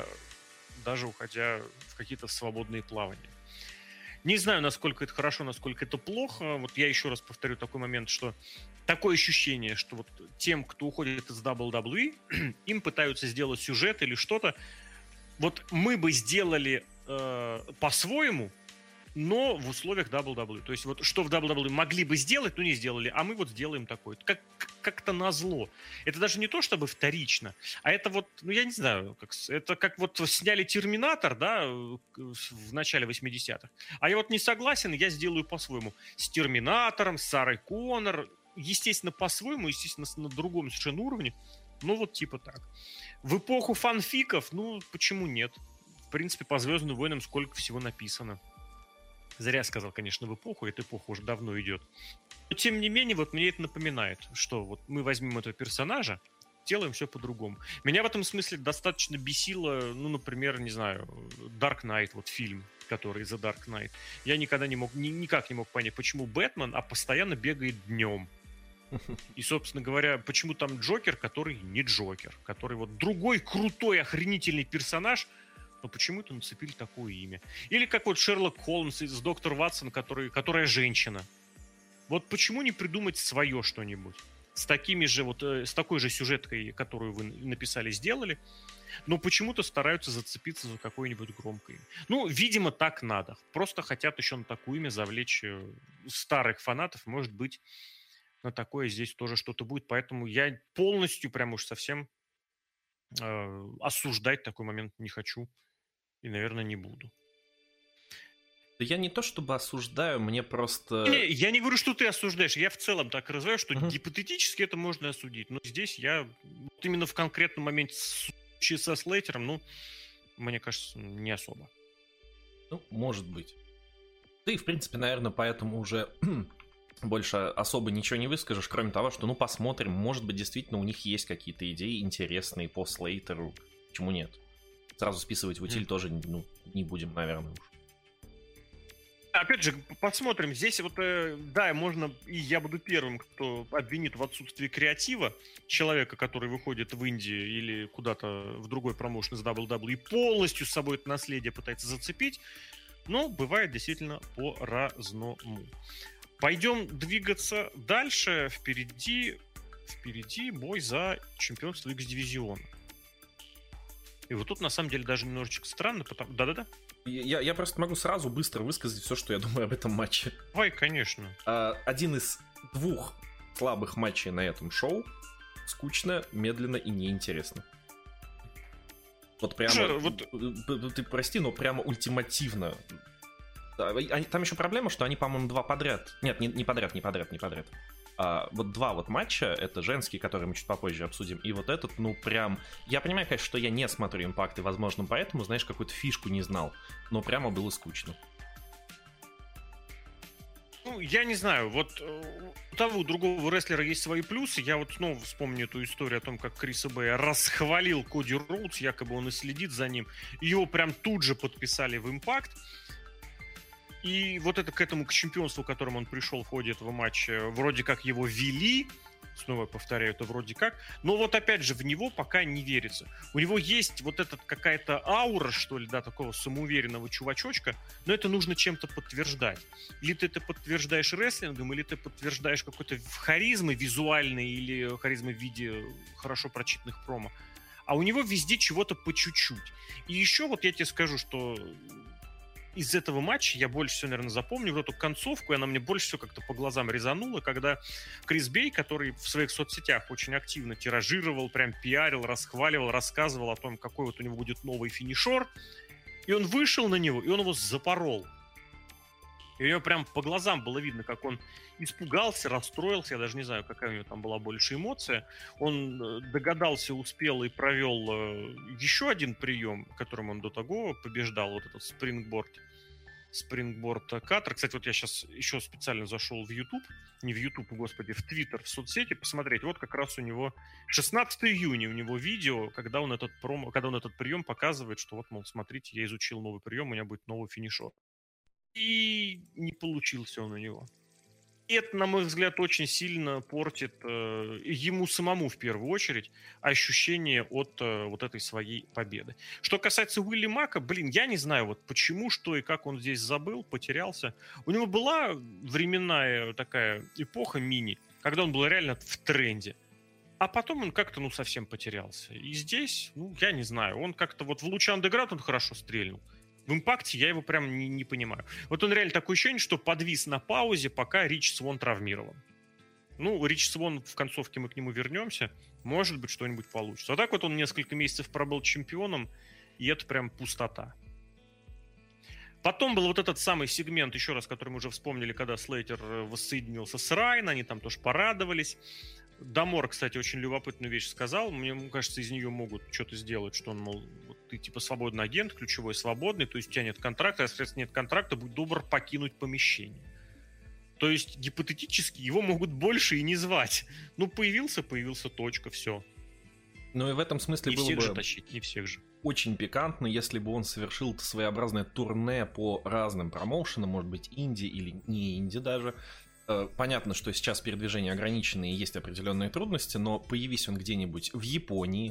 в какие-то свободные плавания. Не знаю, насколько это хорошо, насколько это плохо. Вот я еще раз повторю такой момент, что такое ощущение, что вот тем, кто уходит из WWE, им пытаются сделать сюжет или что-то. Вот мы бы сделали по-своему, но в условиях WWE. То есть вот что в WWE могли бы сделать, но не сделали, а мы вот сделаем такое. Как-то назло. Это даже не то, чтобы вторично, а это вот, ну я не знаю, это как вот сняли «Терминатор», да, в начале 80-х. А я вот не согласен, я сделаю по-своему. С «Терминатором», с Сарой Коннор, естественно, по-своему, естественно, на другом совершенно уровне. Ну вот типа так. В эпоху фанфиков, ну почему нет? В принципе, по «Звездным войнам» сколько всего написано. Зря сказал, конечно, в эпоху, эта эпоха уже давно идет. Но, тем не менее, вот мне это напоминает, что вот мы возьмем этого персонажа, делаем все по-другому. Меня в этом смысле достаточно бесило, ну, например, не знаю, Dark Knight, вот фильм, который The Dark Knight. Я никогда никак не мог понять, почему Бэтмен, постоянно бегает днем. И, собственно говоря, почему там Джокер, который не Джокер, который вот другой крутой, охренительный персонаж, но почему-то нацепили такое имя. Или как вот Шерлок Холмс из «Доктор Ватсон», которая женщина. Вот почему не придумать свое что-нибудь? С такой же сюжеткой, которую вы написали, сделали, но почему-то стараются зацепиться за какое-нибудь громкое имя. Ну, видимо, так надо. Просто хотят еще на такое имя завлечь старых фанатов. Может быть, на такое здесь тоже что-то будет. Поэтому я полностью, прям уж совсем осуждать такой момент не хочу. И, наверное, не буду. Да я не то чтобы осуждаю, мне просто... Я не говорю, что ты осуждаешь. Я в целом так развиваю, что гипотетически это можно осудить. Но здесь я вот именно в конкретном моменте со Слейтером, ну, мне кажется, не особо. Ну, может быть. Да и, в принципе, наверное, поэтому уже больше особо ничего не выскажешь, кроме того, что, ну, посмотрим, может быть, действительно у них есть какие-то идеи интересные по Слейтеру. Почему нет? Сразу списывать в утиль тоже, ну, не будем, наверное, уж. Опять же, посмотрим. Здесь вот, да, можно, и я буду первым, кто обвинит в отсутствии креатива человека, который выходит в Индию или куда-то в другой промоушен из WWE и полностью с собой это наследие пытается зацепить. Но бывает действительно по-разному. Пойдем двигаться дальше. Впереди бой за чемпионство X-дивизиона. И вот тут, на самом деле, даже немножечко странно, потому... Да-да-да. Я просто могу сразу быстро высказать все, что я думаю об этом матче. Давай, конечно. Один из двух слабых матчей на этом шоу. Скучно, медленно и неинтересно. Вот прямо... Ты прости, но прямо ультимативно. Там еще проблема, что они, по-моему, два подряд. Нет, не подряд. Вот два вот матча, это женский, который мы чуть попозже обсудим, и вот этот, ну прям... Я понимаю, конечно, что я не смотрю импакт, и, возможно, поэтому, знаешь, какую-то фишку не знал, но прямо было скучно. Ну, я не знаю, вот у того, у другого рестлера есть свои плюсы. Я вот снова вспомню эту историю о том, как Криса Бэя расхвалил Коди Роудс, якобы он и следит за ним. Его прям тут же подписали в импакт. И вот это к чемпионству, к которому он пришел в ходе этого матча, вроде как его вели, снова я повторяю, это вроде как, но вот опять же в него пока не верится. У него есть вот эта какая-то аура, что ли, да, такого самоуверенного чувачочка, но это нужно чем-то подтверждать. Или ты это подтверждаешь рестлингом, или ты подтверждаешь какой-то харизмой визуальной или харизмой в виде хорошо прочитанных промо. А у него везде чего-то по чуть-чуть. И еще вот я тебе скажу, что из этого матча я больше всего, наверное, запомню вот эту концовку, и она мне больше всего как-то по глазам резанула, когда Крис Бэй, который в своих соцсетях очень активно тиражировал, прям пиарил, расхваливал, рассказывал о том, какой вот у него будет новый финишер, и он вышел на него, и он его запорол. И у него прям по глазам было видно, как он испугался, расстроился, я даже не знаю, какая у него там была больше эмоция. Он догадался, успел и провел еще один прием, которым он до того побеждал, вот этот спрингборд каттер. Кстати, вот я сейчас еще специально зашел в YouTube, не в YouTube, господи, в Twitter, в соцсети посмотреть. Вот как раз у него 16 июня у него видео, когда он этот прием показывает, что вот, мол, смотрите, я изучил новый прием, у меня будет новый финишер. И не получился он у него. И это, на мой взгляд, очень сильно портит ему самому, в первую очередь, ощущение от вот этой своей победы. Что касается Уилли Мака, я не знаю, вот почему, что и как он здесь забыл, потерялся. У него была временная такая эпоха мини, когда он был реально в тренде. А потом он как-то, совсем потерялся. И здесь, я не знаю, он как-то вот в луче андеграунд он хорошо стрельнул. В импакте я его прям не понимаю. Вот он реально такое ощущение, что подвис на паузе, пока Рич Свон травмирован. Рич Свон в концовке мы к нему вернемся. Может быть, что-нибудь получится. А так вот он несколько месяцев пробыл чемпионом, и это прям пустота. Потом был вот этот самый сегмент, еще раз, который мы уже вспомнили, когда Слейтер воссоединился с Райн, они там тоже порадовались. Дамор, кстати, очень любопытную вещь сказал. Мне кажется, из нее могут что-то сделать, что он, мол, ты типа свободный агент, ключевой свободный, то есть у тебя нет контракта, а если нет контракта, будь добр покинуть помещение. То есть гипотетически его могут больше и не звать. Появился, точка, все. Ну и в этом смысле не было всех бы же тащить, не всех же. Очень пикантно, если бы он совершил своеобразное турне по разным промоушенам, может быть, инди или не инди даже. Понятно, что сейчас передвижения ограничены и есть определенные трудности, но появись он где-нибудь в Японии,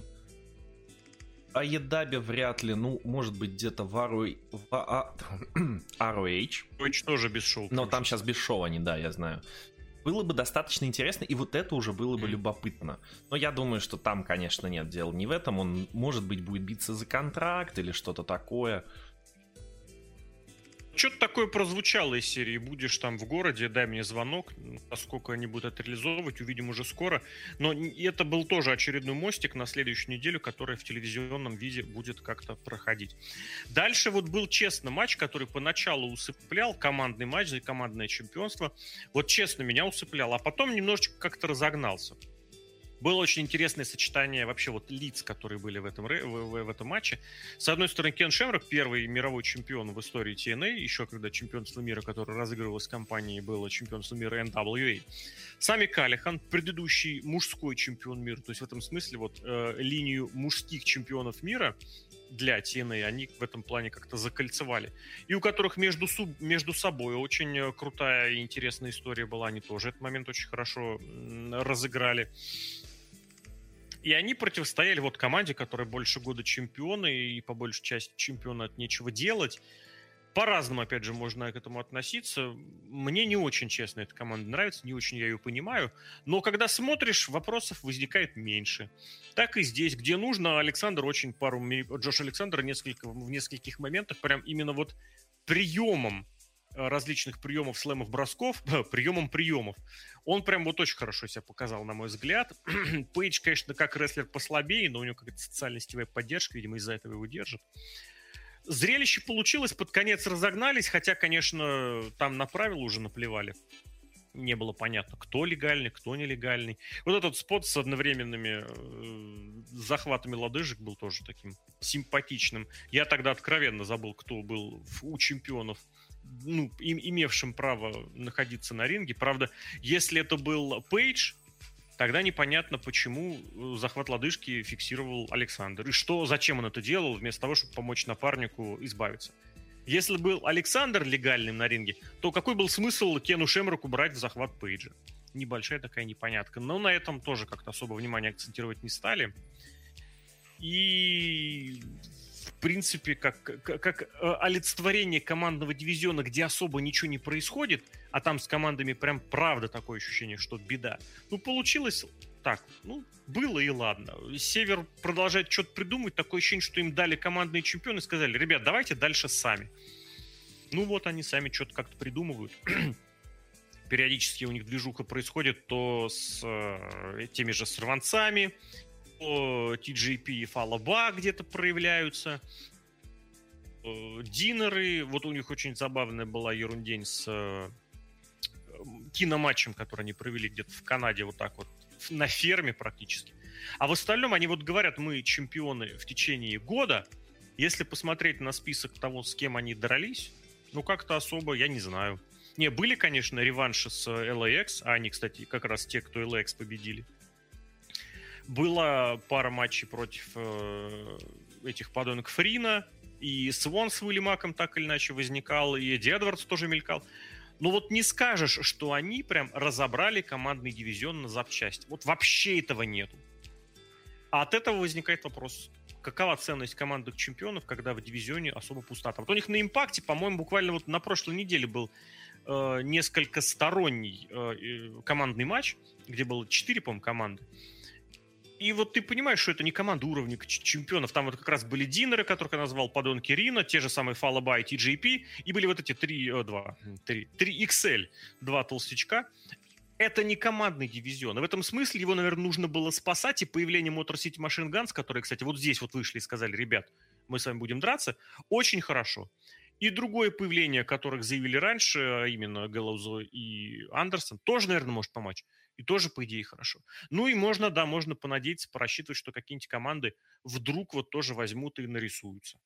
а Едабе вряд ли, может быть, где-то в ROH. Тоже без шоу. Но там сейчас без шоу они, да, я знаю. Было бы достаточно интересно, и вот это уже было бы любопытно. Но я думаю, что там, конечно, нет дела не в этом. Он, может быть, будет биться за контракт или что-то такое. Что-то такое прозвучало из серии «Будешь там в городе, дай мне звонок». Поскольку они будут это реализовывать, увидим уже скоро. Но это был тоже очередной мостик на следующую неделю, который в телевизионном виде будет как-то проходить. Дальше вот был честно матч, который поначалу усыплял, командный матч за командное чемпионство. Вот честно меня усыплял, а потом немножечко как-то разогнался. Было очень интересное сочетание вообще вот лиц, которые были в этом матче. С одной стороны, Кен Шемрок, первый мировой чемпион в истории TNA, еще когда чемпионство мира, которое разыгрывалось в компании, было чемпионство мира NWA. Сами Каллихан, предыдущий мужской чемпион мира, то есть в этом смысле вот линию мужских чемпионов мира для TNA они в этом плане как-то закольцевали. И у которых между собой очень крутая и интересная история была. Они тоже этот момент очень хорошо разыграли. И они противостояли вот команде, которая больше года чемпионы, и по большей части чемпиона от нечего делать. По-разному, опять же, можно к этому относиться. Мне не очень, честно, эта команда нравится, не очень я ее понимаю. Но когда смотришь, вопросов возникает меньше. Так и здесь, где нужно, Александр очень Джош Александр в нескольких моментах прям именно вот приемом различных приемов слэмов бросков, приемов. Он прям вот очень хорошо себя показал, на мой взгляд. Пейдж, конечно, как рестлер послабее, но у него какая-то социальная сетевая поддержка, видимо, из-за этого его держит. Зрелище получилось, под конец разогнались, хотя, конечно, там на правила уже наплевали. Не было понятно, кто легальный, кто нелегальный. Вот этот спот с одновременными захватами лодыжек был тоже таким симпатичным. Я тогда откровенно забыл, кто был у чемпионов, ну, имевшим право находиться на ринге. Правда, если это был Пейдж, тогда непонятно, почему захват лодыжки фиксировал Александр. И зачем он это делал, вместо того, чтобы помочь напарнику избавиться. Если был Александр легальным на ринге, то какой был смысл Кену Шемроку брать в захват Пейджа? Небольшая такая непонятка. Но на этом тоже как-то особо внимания акцентировать не стали. И... в принципе, как олицетворение командного дивизиона, где особо ничего не происходит, а там с командами прям правда такое ощущение, что беда. Ну, получилось так. Ну, было и ладно. Север продолжает что-то придумывать. Такое ощущение, что им дали командные чемпионы и сказали: ребят, давайте дальше сами. Ну, вот они сами что-то как-то придумывают. Периодически у них движуха происходит то с теми же сорванцами, TJP и Фалаба где-то проявляются. Динеры. Вот у них очень забавная была ерундень с киноматчем, который они провели где-то в Канаде, вот так вот, на ферме практически. А в остальном они вот говорят: мы чемпионы в течение года. Если посмотреть на список того, с кем они дрались, ну как-то особо, я не знаю. Не, были, конечно, реванши с LAX, а они, кстати, как раз те, кто LAX победили. Была пара матчей против этих подонок Фрина, и Свон с Уилли Маком так или иначе возникал, и Эдди Эдвардс тоже мелькал. Но вот не скажешь, что они прям разобрали командный дивизион на запчасти. Вот вообще этого нету. А от этого возникает вопрос: какова ценность командных чемпионов, когда в дивизионе особо пустота? Вот у них на Импакте, по-моему, буквально вот на прошлой неделе был несколько сторонний командный матч, где было 4, по-моему, команды. И вот ты понимаешь, что это не команда уровня чемпионов. Там вот как раз были Динеры, которых я назвал подонки Рина, те же самые Фалаба и TJP, и были вот эти 3XL, два толстячка. Это не командный дивизион. И в этом смысле его, наверное, нужно было спасать. И появление Motor City Machine Guns, которые, кстати, вот здесь вот вышли и сказали: ребят, мы с вами будем драться, очень хорошо. И другое появление, которых заявили раньше, а именно Гэллоузо и Андерсон, тоже, наверное, может помочь. И тоже, по идее, хорошо. Ну и можно понадеяться, порассчитывать, что какие-нибудь команды вдруг вот тоже возьмут и нарисуются.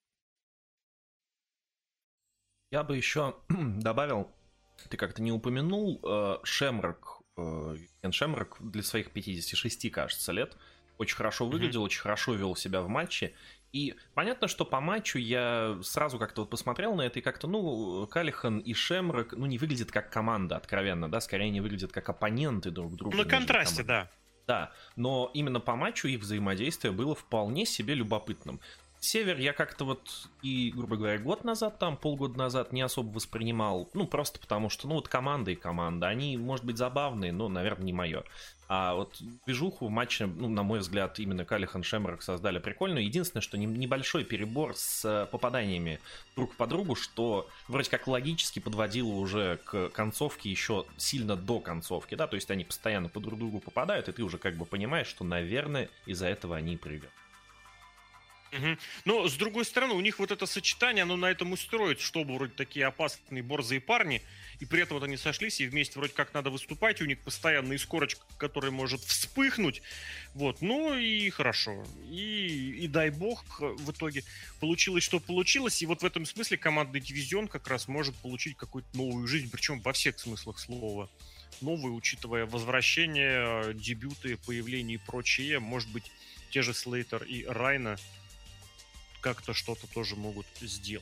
Я бы еще добавил, ты как-то не упомянул, Шемрок, Кен Шемрок для своих 56, кажется, лет очень хорошо выглядел, очень хорошо вел себя в матче. И понятно, что по матчу я сразу как-то вот посмотрел на это, и как-то, ну, Каллихан и Шемрок, ну, не выглядят как команда, откровенно, да, скорее они выглядят как оппоненты друг другу. На контрасте, да. Да, но именно по матчу их взаимодействие было вполне себе любопытным. Север я как-то вот и, грубо говоря, год назад, там, полгода назад не особо воспринимал, ну, просто потому что, ну, вот команда и команда, они, может быть, забавные, но, наверное, не мое. А вот движуху в матче, ну, на мой взгляд, именно Каллихан Шемрок создали прикольную. Единственное, что небольшой перебор с попаданиями друг по другу, что вроде как логически подводило уже к концовке еще сильно до концовки, да, то есть они постоянно по друг другу попадают, и ты уже как бы понимаешь, что, наверное, из-за этого они и проиграют. Мгм. Но, с другой стороны, у них вот это сочетание, оно на этом и строится, чтобы вроде такие опасные, борзые парни, и при этом вот они сошлись, и вместе вроде как надо выступать, у них постоянно искорочка, которая может вспыхнуть, вот, ну и хорошо. И дай бог, в итоге получилось, что получилось, и вот в этом смысле командный дивизион как раз может получить какую-то новую жизнь, причем во всех смыслах слова. Новые, учитывая возвращение, дебюты, появление и прочее, может быть, те же Слейтер и Райна как-то что-то тоже могут сделать.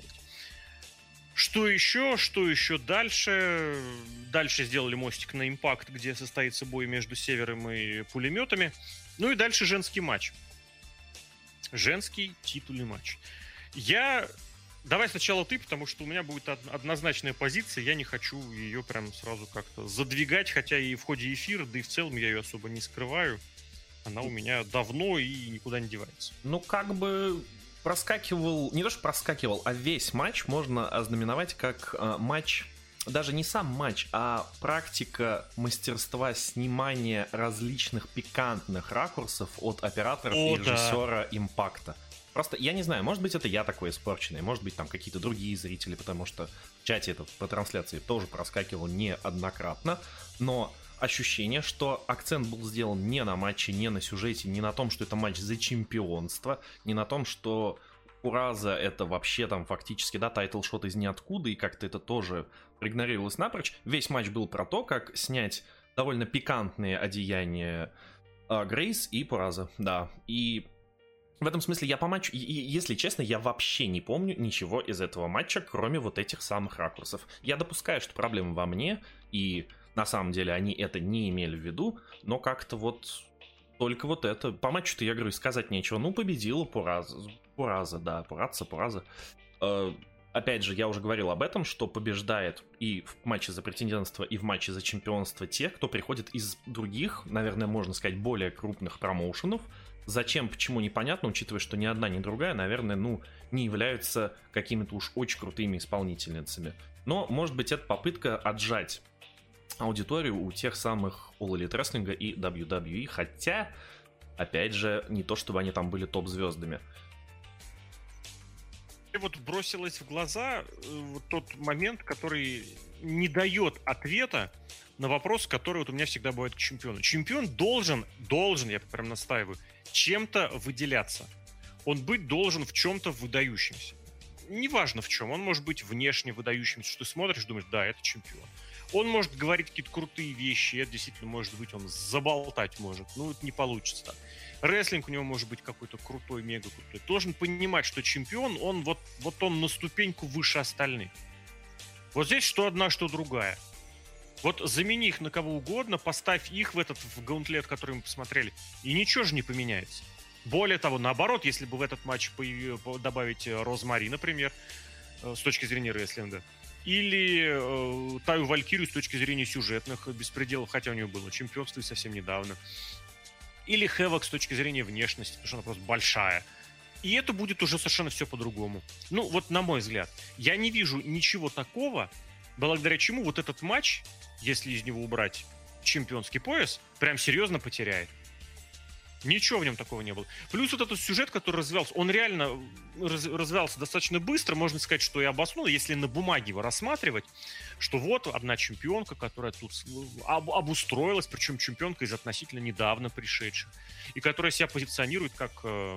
Что еще? Что еще дальше? Дальше сделали мостик на Импакт, где состоится бой между Севером и пулеметами. Ну и дальше женский матч. Женский титульный матч. Давай сначала ты, потому что у меня будет однозначная позиция. Я не хочу ее прям сразу как-то задвигать, хотя и в ходе эфира, да и в целом я ее особо не скрываю. Она у меня давно и никуда не девается. Ну, как бы проскакивал, не то что проскакивал, а весь матч можно ознаменовать как матч, даже не сам матч, а практика мастерства снимания различных пикантных ракурсов от операторов и режиссера Импакта. Просто, я не знаю, может быть, это я такой испорченный, может быть, там какие-то другие зрители, потому что в чате это по трансляции тоже проскакивал неоднократно, но ощущение, что акцент был сделан не на матче, не на сюжете, не на том, что это матч за чемпионство, не на том, что Ураза это вообще там фактически, да, тайтл-шот из ниоткуда, и как-то это тоже проигнорировалось напрочь. Весь матч был про то, как снять довольно пикантные одеяния Грейс и Ураза, да, и в этом смысле я по матчу, и, если честно, я вообще не помню ничего из этого матча, кроме вот этих самых ракурсов. Я допускаю, что проблема во мне, и на самом деле они это не имели в виду, но как-то вот только вот это. По матчу-то, я говорю, сказать нечего. Ну, победила Пураза, да, Пураза. Опять же, я уже говорил об этом, что побеждает и в матче за претендентство, и в матче за чемпионство тех, кто приходит из других, наверное, можно сказать, более крупных промоушенов. Зачем, почему, непонятно, учитывая, что ни одна, ни другая, наверное, ну, не являются какими-то уж очень крутыми исполнительницами. Но, может быть, это попытка отжать аудиторию у тех самых All Elite Wrestling и WWE, хотя, опять же, не то чтобы они там были топ-звездами. И вот бросилось в глаза вот тот момент, который не дает ответа на вопрос, который вот у меня всегда бывает к чемпиону. Чемпион должен, я прям настаиваю, чем-то выделяться. Он быть должен в чем-то выдающимся. Неважно в чем. Он может быть внешне выдающимся, что ты смотришь, думаешь, да, это чемпион. Он может говорить какие-то крутые вещи, это действительно может быть, он заболтать может. Ну, это не получится так. Рестлинг у него может быть какой-то крутой, мега крутой. Должен понимать, что чемпион, он вот он на ступеньку выше остальных. Вот здесь что одна, что другая. Вот замени их на кого угодно, поставь их в гаунтлет, который мы посмотрели, и ничего же не поменяется. Более того, наоборот, если бы в этот матч добавить Розмари, например, с точки зрения рестлинга, или Таю Валькирию с точки зрения сюжетных беспределов, хотя у нее было чемпионство и совсем недавно, или Хэвок с точки зрения внешности, потому что она просто большая. И это будет уже совершенно все по-другому. Ну, вот на мой взгляд. Я не вижу ничего такого, благодаря чему вот этот матч, если из него убрать чемпионский пояс, прям серьезно потеряет. Ничего в нем такого не было. Плюс вот этот сюжет, который развивался, он реально развивался достаточно быстро, можно сказать, что и обоснованно, если на бумаге его рассматривать, что вот одна чемпионка, которая тут обустроилась, причем чемпионка из относительно недавно пришедших, и которая себя позиционирует как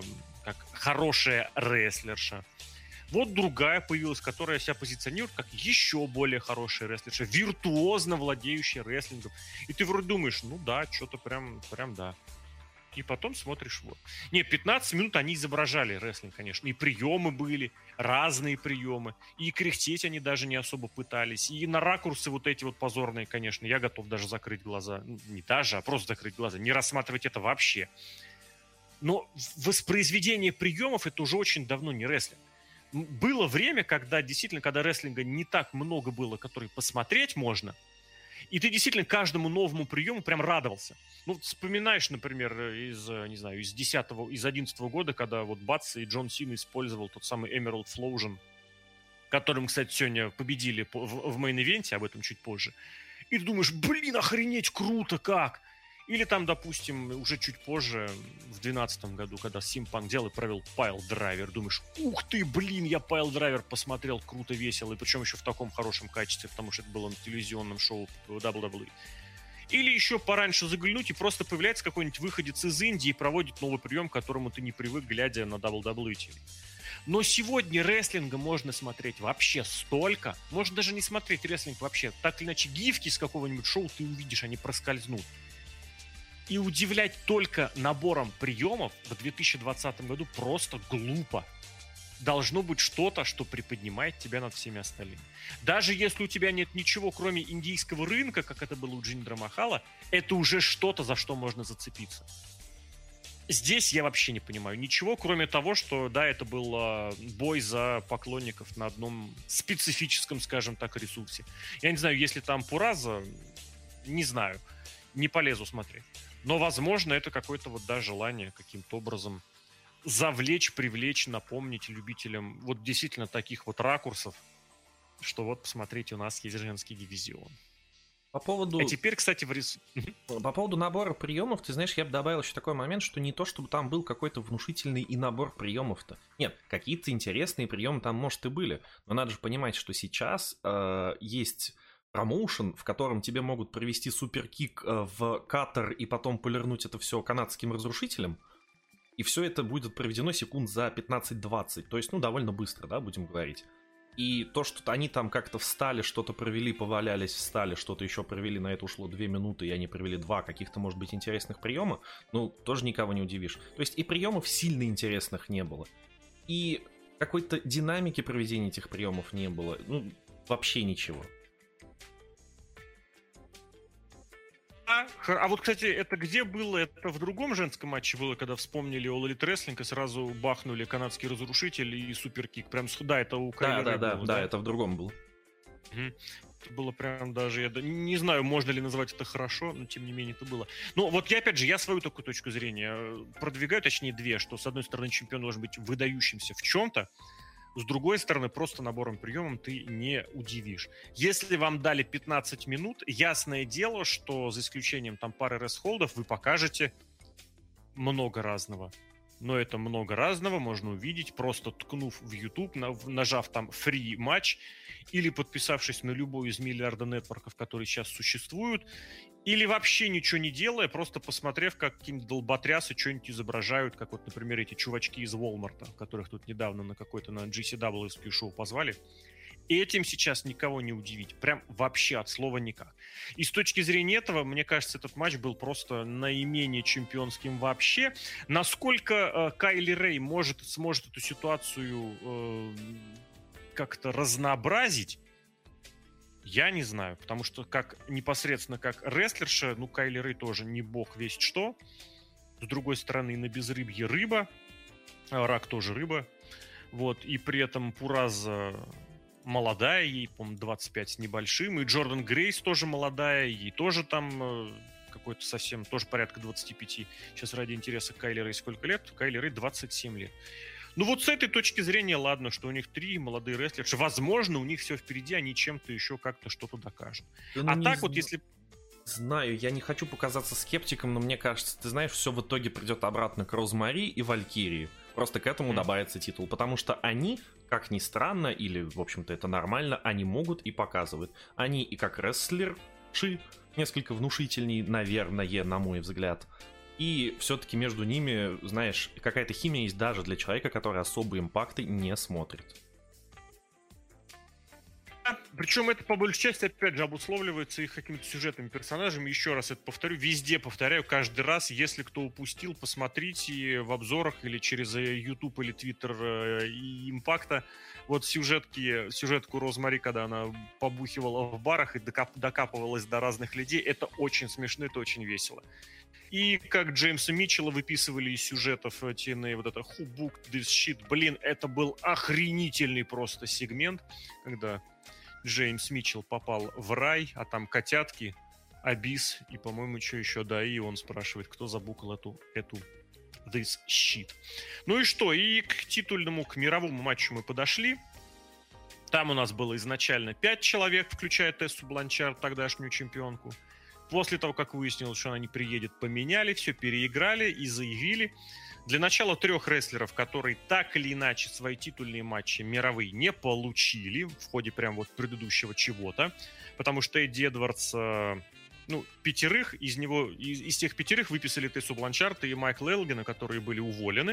хорошая рестлерша. Вот другая появилась, которая себя позиционирует как еще более хорошая рестлерша, виртуозно владеющая рестлингом. И ты вроде думаешь, ну да, что-то прям да. И потом смотришь, вот. Не, 15 минут они изображали рестлинг, конечно. И приемы были, разные приемы. И кряхтеть они даже не особо пытались. И на ракурсы вот эти вот позорные, конечно, я готов даже закрыть глаза. Ну, не даже, а просто закрыть глаза. Не рассматривать это вообще. Но воспроизведение приемов — это уже очень давно не рестлинг. Было время, когда действительно, когда рестлинга не так много было, который посмотреть можно, и ты действительно каждому новому приему прям радовался. Ну, вспоминаешь, например, из 11 года, когда вот Батс и Джон Сина использовал тот самый Emerald Flosion, которым, кстати, сегодня победили в мейн-ивенте, об этом чуть позже. И ты думаешь, блин, охренеть, круто как! Или там, допустим, уже чуть позже, в 2012 году, когда CM Punk делал и провел пайл-драйвер, думаешь, ух ты, блин, я пайл-драйвер посмотрел, круто, весело, и причем еще в таком хорошем качестве, потому что это было на телевизионном шоу WWE. Или еще пораньше заглянуть, и просто появляется какой-нибудь выходец из Индии и проводит новый прием, к которому ты не привык, глядя на WWE TV. Но сегодня рестлинга можно смотреть вообще столько. Можно даже не смотреть рестлинг вообще. Так или иначе, гифки с какого-нибудь шоу ты увидишь, они проскользнут. И удивлять только набором приемов в 2020 году просто глупо. Должно быть что-то, что приподнимает тебя над всеми остальными. Даже если у тебя нет ничего, кроме индийского рынка, как это было у Джиндера Махала, это уже что-то, за что можно зацепиться. Здесь я вообще не понимаю ничего, кроме того, что, да, это был бой за поклонников на одном специфическом, скажем так, ресурсе. Я не знаю, если там Пураза, не знаю, не полезу смотреть. Но, возможно, это какое-то вот, да, желание каким-то образом завлечь, привлечь, напомнить любителям вот действительно таких вот ракурсов, что вот, посмотрите, у нас есть женский дивизион. По поводу... А теперь, кстати, По поводу набора приемов, ты знаешь, я бы добавил еще такой момент, что не то, чтобы там был какой-то внушительный и набор приемов-то. Нет, какие-то интересные приемы там, может, и были. Но надо же понимать, что сейчас есть промоушен, в котором тебе могут провести суперкик в катер и потом полирнуть это все канадским разрушителем. И все это будет проведено секунд за 15-20. То есть, ну, довольно быстро, да, будем говорить. И то, что они там как-то встали, что-то провели, повалялись, встали, что-то еще провели, на это ушло 2 минуты, и они провели 2 каких-то, может быть, интересных приема, ну, тоже никого не удивишь. То есть и приемов сильно интересных не было. И какой-то динамики проведения этих приемов не было. Ну, вообще ничего. А вот, кстати, это где было? Это в другом женском матче было, когда вспомнили All Elite Wrestling и сразу бахнули канадский разрушитель и суперкик. Прям, да, это у Кайли Рэй было, да, это в другом было. Это было прям даже, я не знаю, можно ли назвать это хорошо, но тем не менее это было. Ну, вот я, опять же, я свою такую точку зрения продвигаю, точнее, две, что, с одной стороны, чемпион должен быть выдающимся в чем-то, с другой стороны, просто набором приемом ты не удивишь. Если вам дали 15 минут, ясное дело, что за исключением там пары рестлхолдов вы покажете много разного. Но это много разного можно увидеть, просто ткнув в YouTube, нажав там free матч, или подписавшись на любой из миллиарда нетворков, которые сейчас существуют, или вообще ничего не делая, просто посмотрев, как какие-нибудь долботрясы что-нибудь изображают, как вот, например, эти чувачки из Walmart, которых тут недавно на какой-то на GCW шоу позвали. И этим сейчас никого не удивить. Прям вообще от слова никак. И с точки зрения этого, мне кажется, этот матч был просто наименее чемпионским вообще. Насколько Кайли Рэй сможет эту ситуацию как-то разнообразить, я не знаю. Потому что непосредственно как рестлерша, ну, Кайли Рэй тоже не бог весть что. С другой стороны, на безрыбье рыба. Рак тоже рыба. Вот. И при этом Пураза молодая, ей, по-моему, 25 с небольшим, и Джордан Грейс тоже молодая, ей тоже там какой-то совсем, тоже порядка 25. Сейчас ради интереса Кайли Рэй сколько лет? Кайли Рэй 27 лет. Ну вот с этой точки зрения, ладно, что у них 3 молодые рестлерши, возможно, у них все впереди, они чем-то еще как-то что-то докажут. Да, а так вот, если... Знаю, я не хочу показаться скептиком, но мне кажется, ты знаешь, все в итоге придет обратно к Розмари и Валькирии. Просто к этому добавится титул, потому что они, как ни странно, или, в общем-то, это нормально, они могут и показывают. Они и как рестлерши несколько внушительнее, наверное, на мой взгляд. И все-таки между ними, знаешь, какая-то химия есть даже для человека, который особые импакты не смотрит. Причем это, по большей части, опять же, обусловливается их какими-то сюжетными персонажами. Еще раз это повторю, везде повторяю, каждый раз. Если кто упустил, посмотрите в обзорах или через YouTube или Twitter Импакта. Вот сюжетку Розмари, когда она побухивала в барах и докапывалась до разных людей. Это очень смешно, это очень весело. И как Джеймса Митчелла выписывали из сюжетов TNA вот это Who booked this shit? Блин, это был охренительный просто сегмент, когда Джеймс Митчелл попал в рай, а там котятки, Абис и, по-моему, что еще, да, и он спрашивает, кто забукал эту this shit. Ну и что, и к мировому матчу мы подошли. Там у нас было изначально 5 человек, включая Тессу Бланчард, тогдашнюю чемпионку. После того, как выяснилось, что она не приедет, поменяли все, переиграли и заявили. Для начала 3 рестлеров, которые так или иначе свои титульные матчи мировые не получили в ходе прям вот предыдущего чего-то, потому что Эдди Эдвардс, 5 из тех 5 выписали Тессу Бланшард и Майкла Элгина, которые были уволены.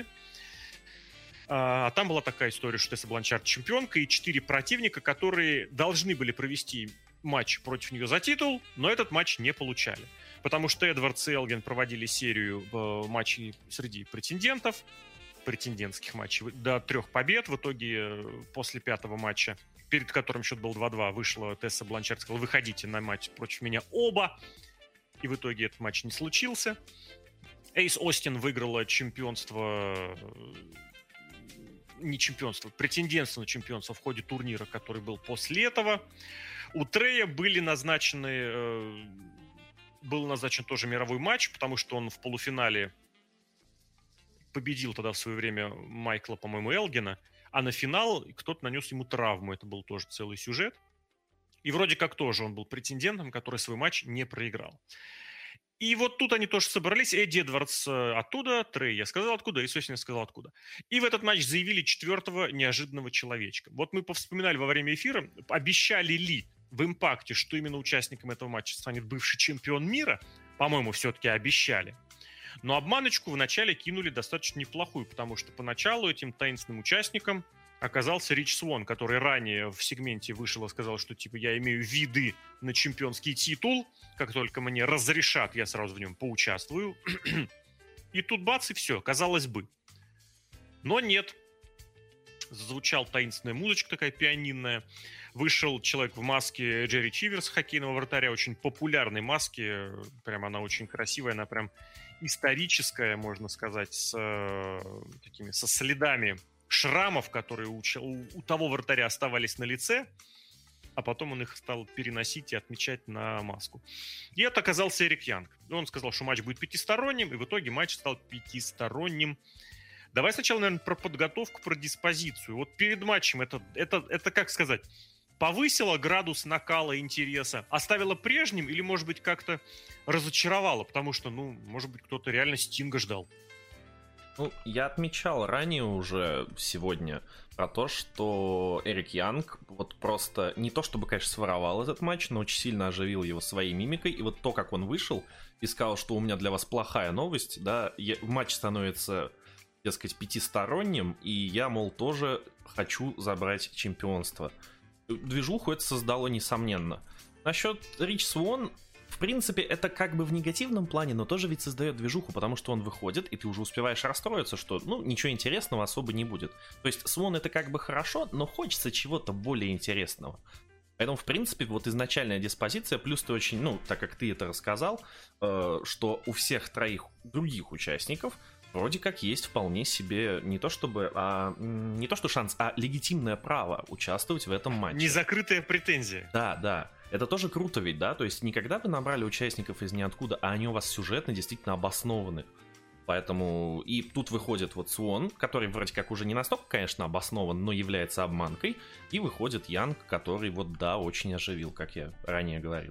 А там была такая история, что Тесса Бланшард чемпионка и 4 противника, которые должны были провести матч против нее за титул, но этот матч не получали. Потому что Эдвардс и Элгин проводили серию матчей среди претендентских матчей, до 3 побед. В итоге после 5-го матча, перед которым счет был 2-2, вышла Тесса Бланшард, сказала: выходите на матч против меня оба. И в итоге этот матч не случился. Эйс Остин выиграла претендентство на чемпионство в ходе турнира, который был после этого. У Трея был назначен тоже мировой матч, потому что он в полуфинале победил тогда в свое время Майкла, по-моему, Элгина, а на финал кто-то нанес ему травму. Это был тоже целый сюжет. И вроде как тоже он был претендентом, который свой матч не проиграл. И вот тут они тоже собрались. Эдди Эдвардс оттуда, Трей я сказал откуда, и Сосин сказал откуда. И в этот матч заявили 4-го неожиданного человечка. Вот мы повспоминали во время эфира, обещали ли в Импакте, что именно участником этого матча станет бывший чемпион мира. По-моему, все-таки обещали. Но обманочку вначале кинули достаточно неплохую, потому что поначалу этим таинственным участником оказался Рич Свон, который ранее в сегменте вышел и сказал, что типа я имею виды на чемпионский титул, как только мне разрешат, я сразу в нем поучаствую. И тут бац, и все, казалось бы. Но нет. Зазвучал таинственная музычка такая пианинная. Вышел человек в маске Джерри Чиверс, хоккейного вратаря, очень популярной маске. Прям она очень красивая, она прям историческая, можно сказать, со следами шрамов, которые у того вратаря оставались на лице, а потом он их стал переносить и отмечать на маску. И это оказался Эрик Янг. Он сказал, что матч будет 5-сторонним, и в итоге матч стал 5-сторонним. Давай сначала, наверное, про подготовку, про диспозицию. Вот перед матчем это как сказать, повысило градус накала, интереса, оставило прежним или, может быть, как-то разочаровало, потому что, может быть, кто-то реально Стинга ждал. Я отмечал ранее уже сегодня про то, что Эрик Янг вот просто не то чтобы, конечно, своровал этот матч, но очень сильно оживил его своей мимикой. И вот то, как он вышел и сказал, что у меня для вас плохая новость, да, матч становится, дескать, 5-сторонним, и я, мол, тоже хочу забрать чемпионство. Движуху это создало, несомненно. Насчет Рич Свон, в принципе, это как бы в негативном плане, но тоже ведь создает движуху, потому что он выходит, и ты уже успеваешь расстроиться, что, ничего интересного особо не будет. То есть Свон это как бы хорошо, но хочется чего-то более интересного. Поэтому, в принципе, вот изначальная диспозиция, плюс ты очень, так как ты это рассказал, что у всех 3 других участников вроде как есть вполне себе не то что шанс, а легитимное право участвовать в этом матче. Незакрытая претензия. Да. Это тоже круто ведь, да? То есть не когда вы набрали участников из ниоткуда, а они у вас сюжетно действительно обоснованы. Поэтому и тут выходит вот Свон, который вроде как уже не настолько, конечно, обоснован, но является обманкой. И выходит Янг, который очень оживил, как я ранее говорил.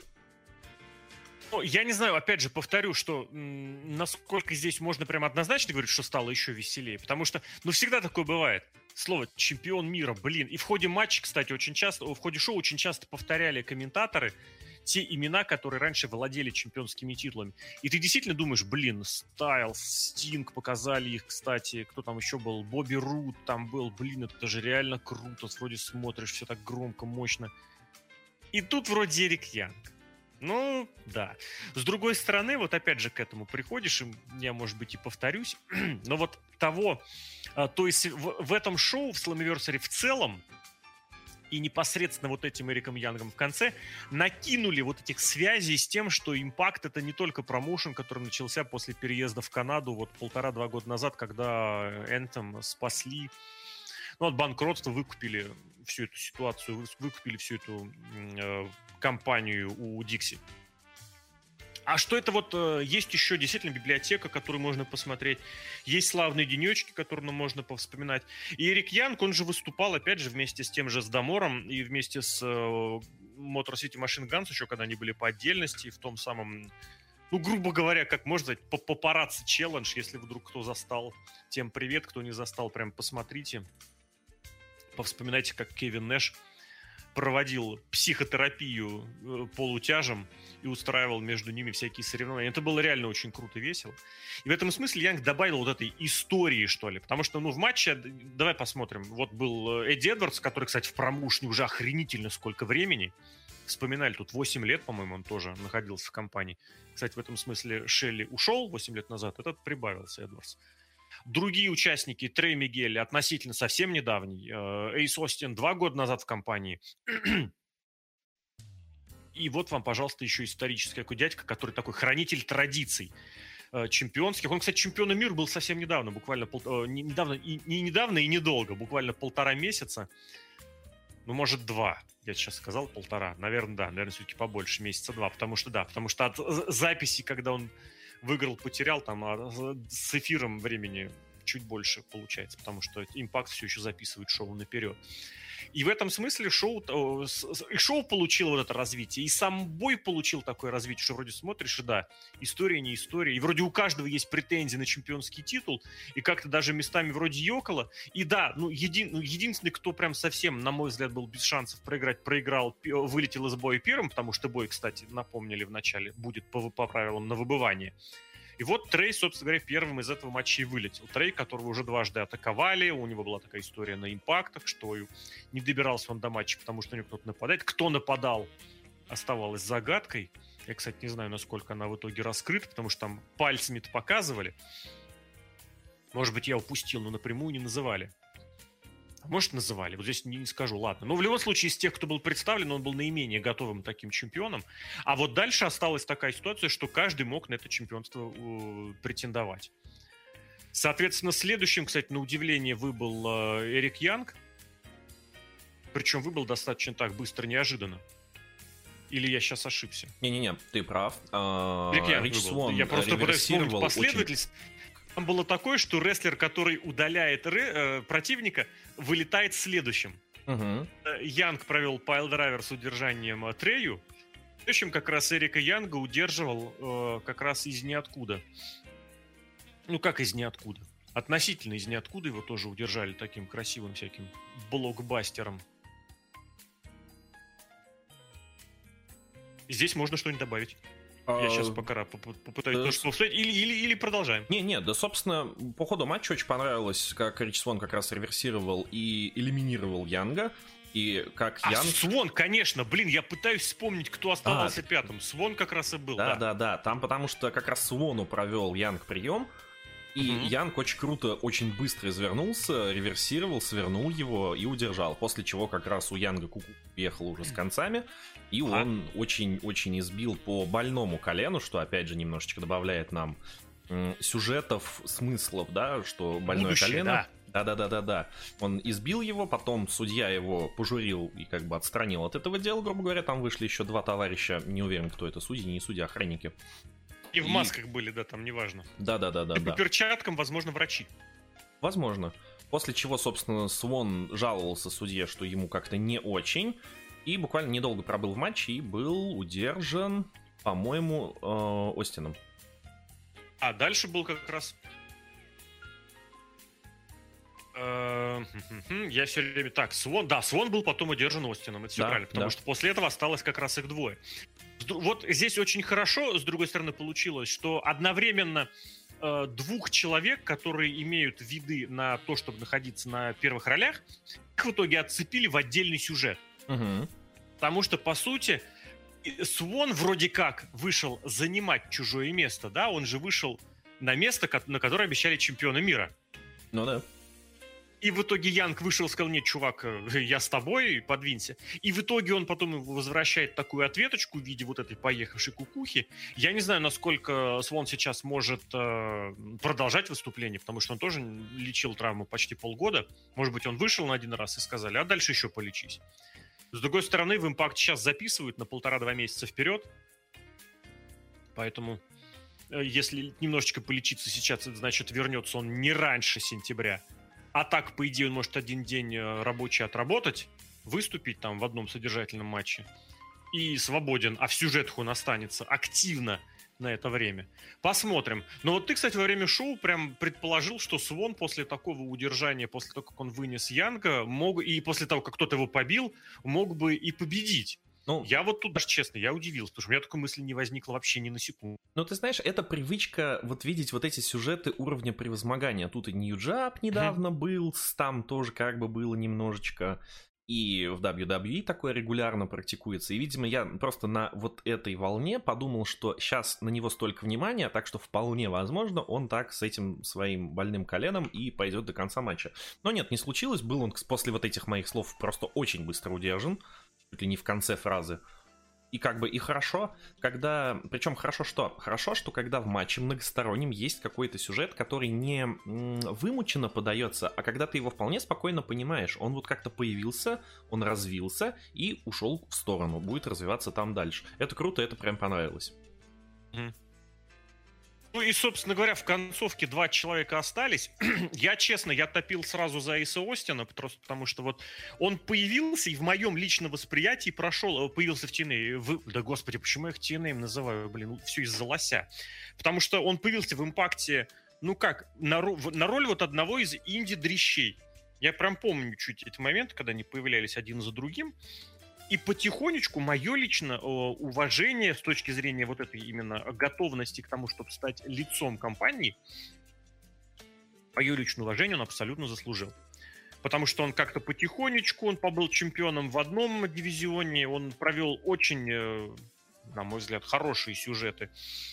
Я не знаю, опять же, повторю, что насколько здесь можно прям однозначно говорить, что стало еще веселее. Потому что, всегда такое бывает. Слово «чемпион мира», И в ходе матча, кстати, в ходе шоу очень часто повторяли комментаторы те имена, которые раньше владели чемпионскими титулами. И ты действительно думаешь, Стайлз, Стинг, показали их, кстати, кто там еще был, Бобби Рут там был, это же реально круто, вроде смотришь, все так громко, мощно. И тут вроде Эрик Янг. Да. С другой стороны, вот опять же к этому приходишь, и я, может быть, и повторюсь, но вот то есть в этом шоу, в Slammiversary в целом, и непосредственно вот этим Эриком Янгом в конце накинули вот этих связей с тем, что Impact — это не только промоушен, который начался после переезда в Канаду 1,5-2 года назад, когда Anthem спасли, от банкротства выкупили всю эту ситуацию, выкупили всю эту компанию у Dixie. А что это есть еще действительно библиотека, которую можно посмотреть. Есть славные денечки, которые можно повспоминать. И Эрик Янг, он же выступал, опять же, вместе с тем же с Дамором и вместе с Motor City Machine Guns, еще когда они были по отдельности, в том самом, ну, грубо говоря, как можно сказать, папарацци челлендж, если вдруг кто застал, тем привет, кто не застал, прям посмотрите, повспоминайте, как Кевин Нэш проводил психотерапию полутяжам и устраивал между ними всякие соревнования. Это было реально очень круто, весело. И в этом смысле Янг добавил вот этой истории, что ли. Потому что, ну, в матче, давай посмотрим, вот был Эдди Эдвардс, который, кстати, в промоушне уже охренительно сколько времени. Вспоминали, тут 8 лет, по-моему, он тоже находился в компании. Кстати, в этом смысле Шелли ушел 8 лет назад, этот прибавился, Эдвардс. Другие участники, Трей Мигель, относительно совсем недавний, Эйс Остин 2 года назад в компании. И вот вам, пожалуйста, еще исторический такой дядька, который такой хранитель традиций чемпионских. Он, кстати, чемпионом мира был совсем недавно, буквально недавно, и недавно, и недолго, буквально 1,5 месяца. Ну, может, 2. Я сейчас сказал 1,5. Наверное, да. Наверное, все-таки побольше, месяца 2. Потому что от записи, когда он выиграл, потерял, там с эфиром времени чуть больше получается, потому что Impact все еще записывает шоу наперед. И в этом смысле шоу получило вот это развитие, и сам бой получил такое развитие, что вроде смотришь, и да, история не история, и вроде у каждого есть претензии на чемпионский титул, и как-то даже местами вроде ёкало, и да, единственный, кто прям совсем, на мой взгляд, был без шансов проиграл, вылетел из боя первым, потому что бой, кстати, напомнили в начале, будет по правилам на выбывание. И вот Трей, собственно говоря, первым из этого матча и вылетел. Трей, которого уже дважды атаковали, у него была такая история на импактах, что не добирался он до матча, потому что у него кто-то нападает. Кто нападал, оставалось загадкой. Я, кстати, не знаю, насколько она в итоге раскрыта, потому что там пальцами-то показывали. Может быть, я упустил, но напрямую не называли. Может, называли, вот здесь не скажу, ладно. Но в любом случае, из тех, кто был представлен, он был наименее готовым таким чемпионом. А вот дальше осталась такая ситуация, что каждый мог на это чемпионство претендовать. Соответственно, следующим, кстати, на удивление выбыл Эрик Янг. Причем выбыл достаточно так быстро, неожиданно. Или я сейчас ошибся? Не-не-не, ты прав. Эрик Янг выбыл. Я просто пытаюсь вспомнить последовательность. Там было такое, что рестлер, который удаляет противника, вылетает следующим. Янг провел пайл-драйвер с удержанием Трею. Следующим как раз Эрика Янга удерживал как раз из ниоткуда. Ну, как из ниоткуда? Относительно из ниоткуда его тоже удержали таким красивым всяким блокбастером. Здесь можно что-нибудь добавить. Я сейчас пока попытаюсь тоже повторить. Или продолжаем. Не, да, собственно, по ходу матча очень понравилось, как Рич Свон как раз реверсировал и элиминировал Янга. И как Янг... Свон, конечно, блин, я пытаюсь вспомнить, кто оставался пятым. Свон как раз и был, да. Там потому что как раз Свону провел Янг прием, и Янг очень круто, очень быстро извернулся, реверсировал, свернул его и удержал. После чего как раз у Янга куку ехал уже с концами, и он очень-очень избил по больному колену, что опять же немножечко добавляет нам сюжетов, смыслов, да, что больное колено... Да. Он избил его, потом судья его пожурил и как бы отстранил от этого дела, грубо говоря. Там вышли еще 2 товарища, не уверен, кто это, судьи, не судьи, охранники. И в масках были, да, там неважно. Да. И по перчаткам, возможно, врачи. Возможно. После чего, собственно, Свон жаловался судье, что ему как-то не очень. И буквально недолго пробыл в матче и был удержан, по-моему, Остином. А дальше был как раз... Я все время... Так, Свон был потом удержан Остином, это все правильно, потому что после этого осталось как раз их двое. Вот здесь очень хорошо, с другой стороны, получилось, что одновременно 2 человек, которые имеют виды на то, чтобы находиться на первых ролях, их в итоге отцепили в отдельный сюжет. Потому что, по сути, Свон вроде как вышел занимать чужое место, да? Он же вышел на место, на которое обещали чемпиона мира. Ну да. И в итоге Янг вышел и сказал: нет, чувак, я с тобой, подвинься. И в итоге он потом возвращает такую ответочку в виде вот этой поехавшей кукухи. Я не знаю, насколько Свон сейчас может продолжать выступление, потому что он тоже лечил травму почти полгода. Может быть, он вышел на 1 раз и сказали: а дальше еще полечись. С другой стороны, в Impact сейчас записывают на 1,5-2 месяца вперед. Поэтому, если немножечко полечиться сейчас, это значит, вернется он не раньше сентября. А так, по идее, он может 1 день рабочий отработать, выступить там в одном содержательном матче и свободен, а в сюжетах он останется активно на это время. Посмотрим. Но вот ты, кстати, во время шоу прям предположил, что Свон после такого удержания, после того, как он вынес Янга, мог, и после того, как кто-то его побил, мог бы и победить. Ну, я вот тут даже, честно, я удивился, потому что у меня такой мысли не возникло вообще ни на секунду. Ну, ты знаешь, это привычка вот видеть вот эти сюжеты уровня превозмогания. Тут и Нью-Джап недавно был, там тоже как бы было немножечко. И в WWE такое регулярно практикуется. И, видимо, я просто на вот этой волне подумал, что сейчас на него столько внимания, так что вполне возможно, он так с этим своим больным коленом и пойдет до конца матча. Но нет, не случилось. Был он после вот этих моих слов просто очень быстро удержан. Чуть ли не в конце фразы. И как бы и хорошо, когда... Причем хорошо что? Хорошо, что когда в матче многостороннем есть какой-то сюжет, который не вымученно подается, а когда ты его вполне спокойно понимаешь. Он вот как-то появился, он развился и ушел в сторону. Будет развиваться там дальше. Это круто, это прям понравилось. Ну и, собственно говоря, в концовке 2 человека остались. Я, честно, я топил сразу за Эйса Остина, просто потому что вот он появился и в моем личном восприятии появился в TNA. Да, господи, почему я их TNA называю? Блин, все из-за лося. Потому что он появился в Импакте, ну как, на роль вот одного из инди-дрищей. Я прям помню чуть эти моменты, когда они появлялись один за другим. И потихонечку мое лично уважение с точки зрения вот этой именно готовности к тому, чтобы стать лицом компании, мое личное уважение он абсолютно заслужил. Потому что он как-то потихонечку, он побыл чемпионом в одном дивизионе, он провел очень, на мой взгляд, хорошие сюжеты.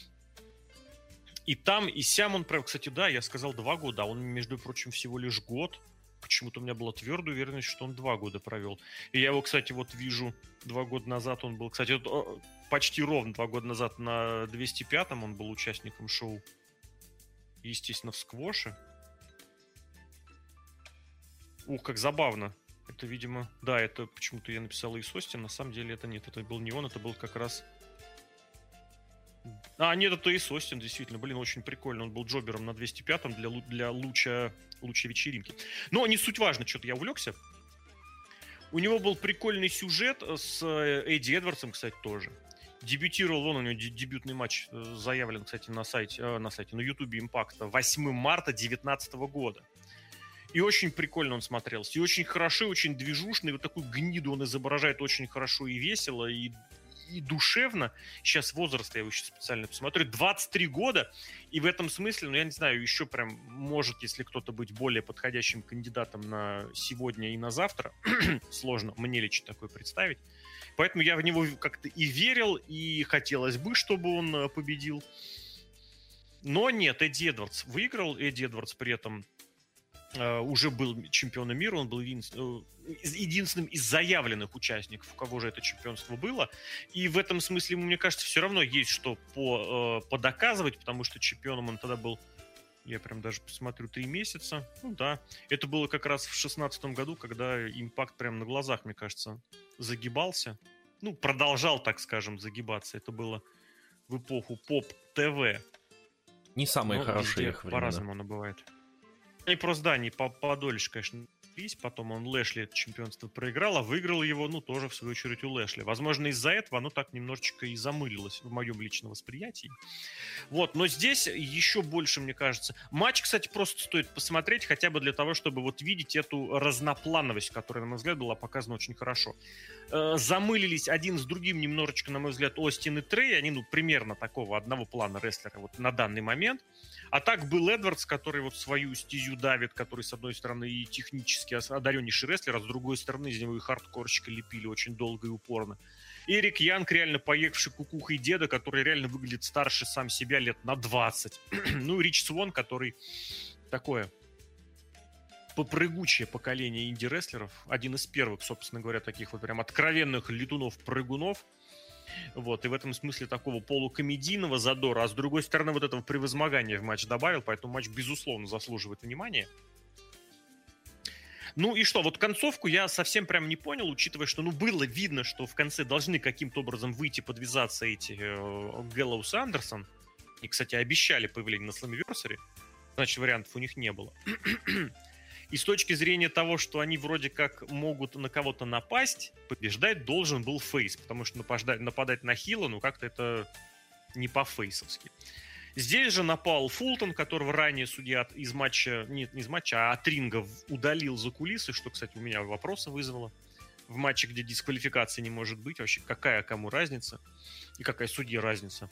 И там, и сям он провел, кстати, да, я сказал 2 года, а он, между прочим, всего лишь год. Почему-то у меня была твердая уверенность, что он 2 года провел. И я его, кстати, вот вижу 2 года назад он был, кстати, вот, почти ровно 2 года назад на 205-м он был участником шоу. Естественно, в сквоше. Ух, как забавно. Это, видимо... Да, это почему-то я написал Эйс Остин. На самом деле это нет, это был не он, это был как раз... А, нет, это Эйс Остин, действительно. Блин, очень прикольно. Он был джобером на 205-м для лучшей вечеринки. Но не суть важно, что-то я увлекся. У него был прикольный сюжет с Эдди Эдвардсом, кстати, тоже. Дебютировал, вон у него дебютный матч заявлен, кстати, на Ютубе Импакта 8 марта 2019 года. И очень прикольно он смотрелся. И очень хорошо, очень движушный. Вот такую гниду он изображает очень хорошо и весело, и душевно. Сейчас возраст, я его еще специально посмотрю, 23 года, и в этом смысле, ну, я не знаю, еще прям может, если кто-то быть более подходящим кандидатом на сегодня и на завтра, сложно мне лично такое представить. Поэтому я в него как-то и верил, и хотелось бы, чтобы он победил. Но нет, Эдди Эдвардс выиграл, Эдди Эдвардс при этом уже был чемпионом мира, он был единственным из заявленных участников, у кого же это чемпионство было. И в этом смысле, мне кажется, все равно есть что подоказывать, потому что чемпионом он тогда был, я прям даже посмотрю, 3 месяца. Ну да, это было как раз в 2016 году, когда Импакт прям на глазах, мне кажется, загибался. Ну, продолжал, так скажем, загибаться. Это было в эпоху поп-ТВ. Не самые хорошие их времена. По-разному оно бывает. Они просто, да, они подольше, конечно, потом он Лэшли это чемпионство проиграл, а выиграл его, ну, тоже, в свою очередь, у Лэшли. Возможно, из-за этого оно так немножечко и замылилось в моем личном восприятии. Вот, но здесь еще больше, мне кажется. Матч, кстати, просто стоит посмотреть, хотя бы для того, чтобы вот видеть эту разноплановость, которая, на мой взгляд, была показана очень хорошо. Замылились один с другим немножечко, на мой взгляд, Остин и Трей. Они, ну, примерно такого одного плана рестлера вот на данный момент. А так был Эдвардс, который вот свою стезю давит, который, с одной стороны, и технически одареннейший рестлер, а с другой стороны, из него и хардкорщика лепили очень долго и упорно. Эрик Янг, реально поехавший кукухой деда, который реально выглядит старше сам себя лет на 20. Ну, Рич Свон, который такое попрыгучее поколение инди-рестлеров. Один из первых, собственно говоря, таких вот прям откровенных летунов-прыгунов. Вот, и в этом смысле такого полукомедийного задора, а с другой стороны вот этого превозмогания в матч добавил, поэтому матч, безусловно, заслуживает внимания. Ну и что, вот концовку я совсем прям не понял, учитывая, что, ну, было видно, что в конце должны каким-то образом выйти, подвязаться эти Гэллоус и Андерсон. И, кстати, обещали появление на Slammiversary, значит, вариантов у них не было. И с точки зрения того, что они вроде как могут на кого-то напасть, побеждать должен был Фейс, потому что нападать на Хила, ну как-то это не по-фейсовски. Здесь же напал Фултон, которого ранее судья из матча, нет, не из матча, а от ринга удалил за кулисы, что, кстати, у меня вопросы вызвало. В матче, где дисквалификации не может быть, вообще какая кому разница и какая судье разница,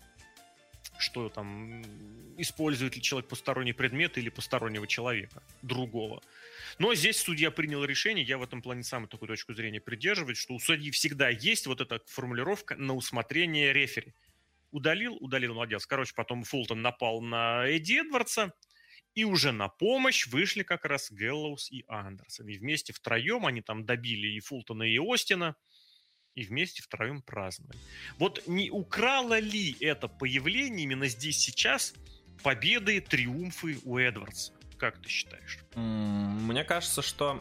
что там, использует ли человек посторонний предмет или постороннего человека, другого. Но здесь судья принял решение, я в этом плане сам такую точку зрения придерживаюсь, что у судьи всегда есть вот эта формулировка на усмотрение рефери. Удалил, молодец. Короче, потом Фултон напал на Эдди Эдвардса, и уже на помощь вышли как раз Гэллоус и Андерсон. И вместе втроем они там добили и Фултона, и Остина, и вместе втроем праздновали. Вот не украло ли это появление именно здесь сейчас победы, триумфы у Эдвардса? Как ты считаешь? Мне кажется, что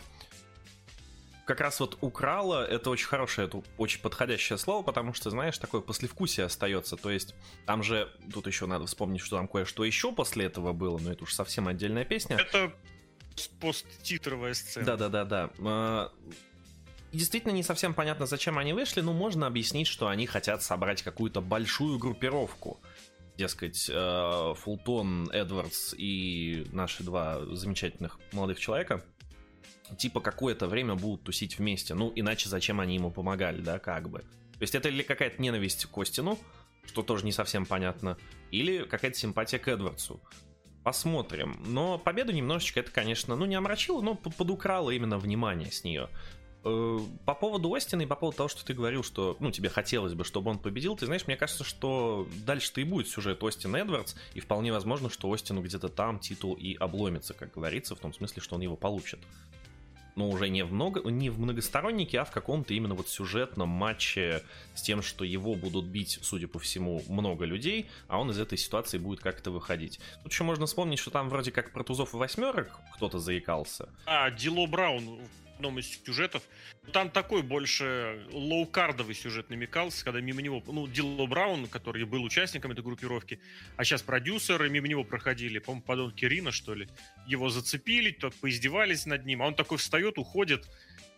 как раз вот украло — это очень хорошее, это очень подходящее слово, потому что, знаешь, такое послевкусие остается. То есть там же, тут еще надо вспомнить, что там кое-что еще после этого было, но это уж совсем отдельная песня. Это посттитровая сцена. Да. Действительно не совсем понятно, зачем они вышли, но можно объяснить, что они хотят собрать какую-то большую группировку. Дескать, Фултон, Эдвардс и наши два замечательных молодых человека типа какое-то время будут тусить вместе. Ну, иначе зачем они ему помогали, да, как бы. То есть это или какая-то ненависть к Остину, что тоже не совсем понятно, или какая-то симпатия к Эдвардсу. Посмотрим. Но победу немножечко это, конечно, ну, не омрачило, но подукрало именно внимание с нее. По поводу Остина и по поводу того, что ты говорил, что, ну, тебе хотелось бы, чтобы он победил, ты знаешь, мне кажется, что дальше-то и будет сюжет Остин-Эдвардс, и вполне возможно, что Остину где-то там титул и обломится, как говорится, в том смысле, что он его получит. Но уже не в многостороннике, а в каком-то именно вот сюжетном матче с тем, что его будут бить, судя по всему, много людей, а он из этой ситуации будет как-то выходить. Тут еще можно вспомнить, что там вроде как про тузов и восьмерок кто-то заикался. Дило Браун в одном из сюжетов. Там такой больше лоу-кардовый сюжет намекался, когда мимо него, ну, Дило Браун, который был участником этой группировки, а сейчас продюсеры мимо него проходили, по-моему, подонки Рина, что ли, его зацепили, так поиздевались над ним, а он такой встает, уходит,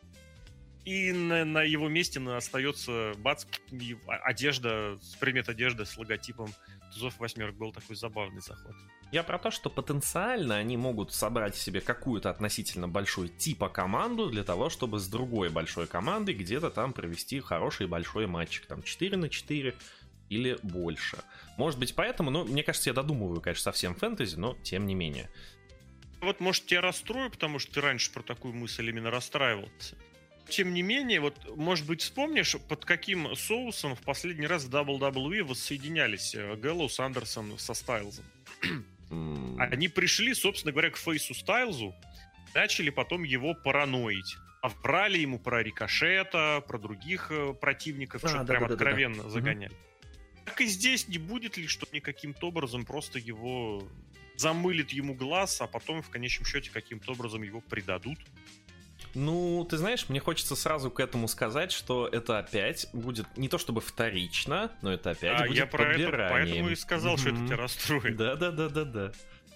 и на его месте остается, бац, одежда, предмет одежды с логотипом Тузов восьмерок. Был такой забавный заход. Я про то, что потенциально они могут собрать себе какую-то относительно большую типа команду для того, чтобы с другой большой командой где-то там провести хороший большой матчик, там 4-4 или больше. Может быть поэтому, но мне кажется, я додумываю, конечно, совсем фэнтези, но тем не менее. Вот, может, тебя расстрою, потому что ты раньше про такую мысль именно расстраивался. Тем не менее, вот, может быть, вспомнишь, под каким соусом в последний раз в WWE воссоединялись Гэллоус, Андерсон со Стайлзом? Они пришли, собственно говоря, к Фейсу Стайлзу, начали потом его параноить. Врали ему про Рикошета, про других противников, что прям откровенно загоняли. Так и здесь не будет ли, что они каким-то образом просто его замылит ему глаз, а потом в конечном счете каким-то образом его предадут? Ну, ты знаешь, мне хочется сразу к этому сказать, что это опять будет не то чтобы вторично, но это опять будет подбиранием. Я поэтому и сказал, что это тебя расстроит. Да.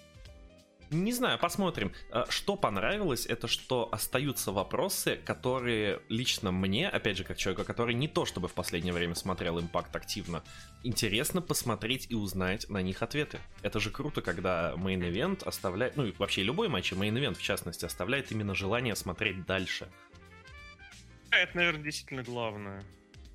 Не знаю, посмотрим. Что понравилось, это что остаются вопросы, которые лично мне, опять же, как человеку, который не то чтобы в последнее время смотрел Impact активно, интересно посмотреть и узнать на них ответы. Это же круто, когда мейн-ивент оставляет, ну и вообще любой матч, и мейн-ивент в частности, оставляет именно желание смотреть дальше. Это, наверное, действительно главное.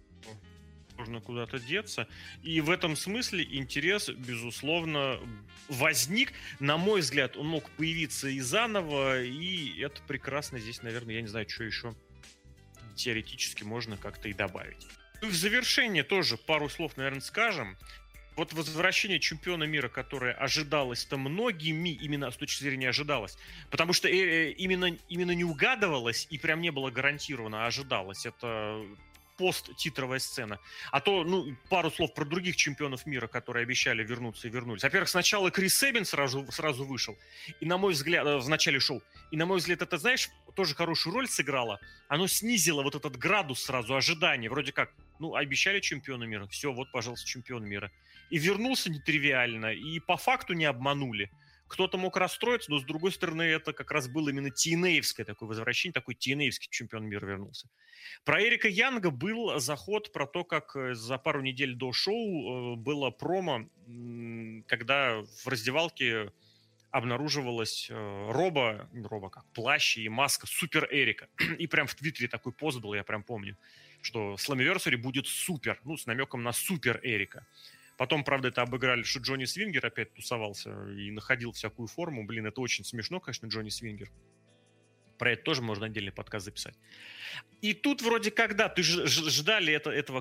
Можно куда-то деться. И в этом смысле интерес, безусловно, возник. На мой взгляд, он мог появиться и заново, и это прекрасно здесь, наверное, я не знаю, что еще теоретически можно как-то и добавить. И в завершение тоже пару слов, наверное, скажем. Вот возвращение чемпиона мира, которое ожидалось-то многими, именно с точки зрения ожидалось, потому что именно не угадывалось и прям не было гарантировано, а ожидалось. Это посттитровая сцена. А то, ну, пару слов про других чемпионов мира, которые обещали вернуться и вернулись. Во-первых, сначала Крис Сэбин сразу вышел, и на мой взгляд, в начале шоу, и на мой взгляд, это, знаешь, тоже хорошую роль сыграло. Оно снизило вот этот градус сразу ожидания. Вроде как, ну, обещали чемпиона мира, все, вот, пожалуйста, чемпион мира. И вернулся нетривиально, и по факту не обманули. кто-то мог расстроиться, но, с другой стороны, это как раз было именно TNA-евское такое возвращение, такой TNA-евский чемпион мира вернулся. Про Эрика Янга был заход про то, как за пару недель до шоу было промо, когда в раздевалке обнаруживалась роба как плащ и маска Супер Эрика. И прям в Твиттере такой пост был, я прям помню, что Slammiversary будет супер, с намеком на Супер Эрика. Потом, правда, это обыграли, что Джонни Свингер опять тусовался и находил всякую форму. Блин, это очень смешно, конечно, Джонни Свингер. Про это тоже можно отдельный подкаст записать. И тут вроде когда ты ждали этого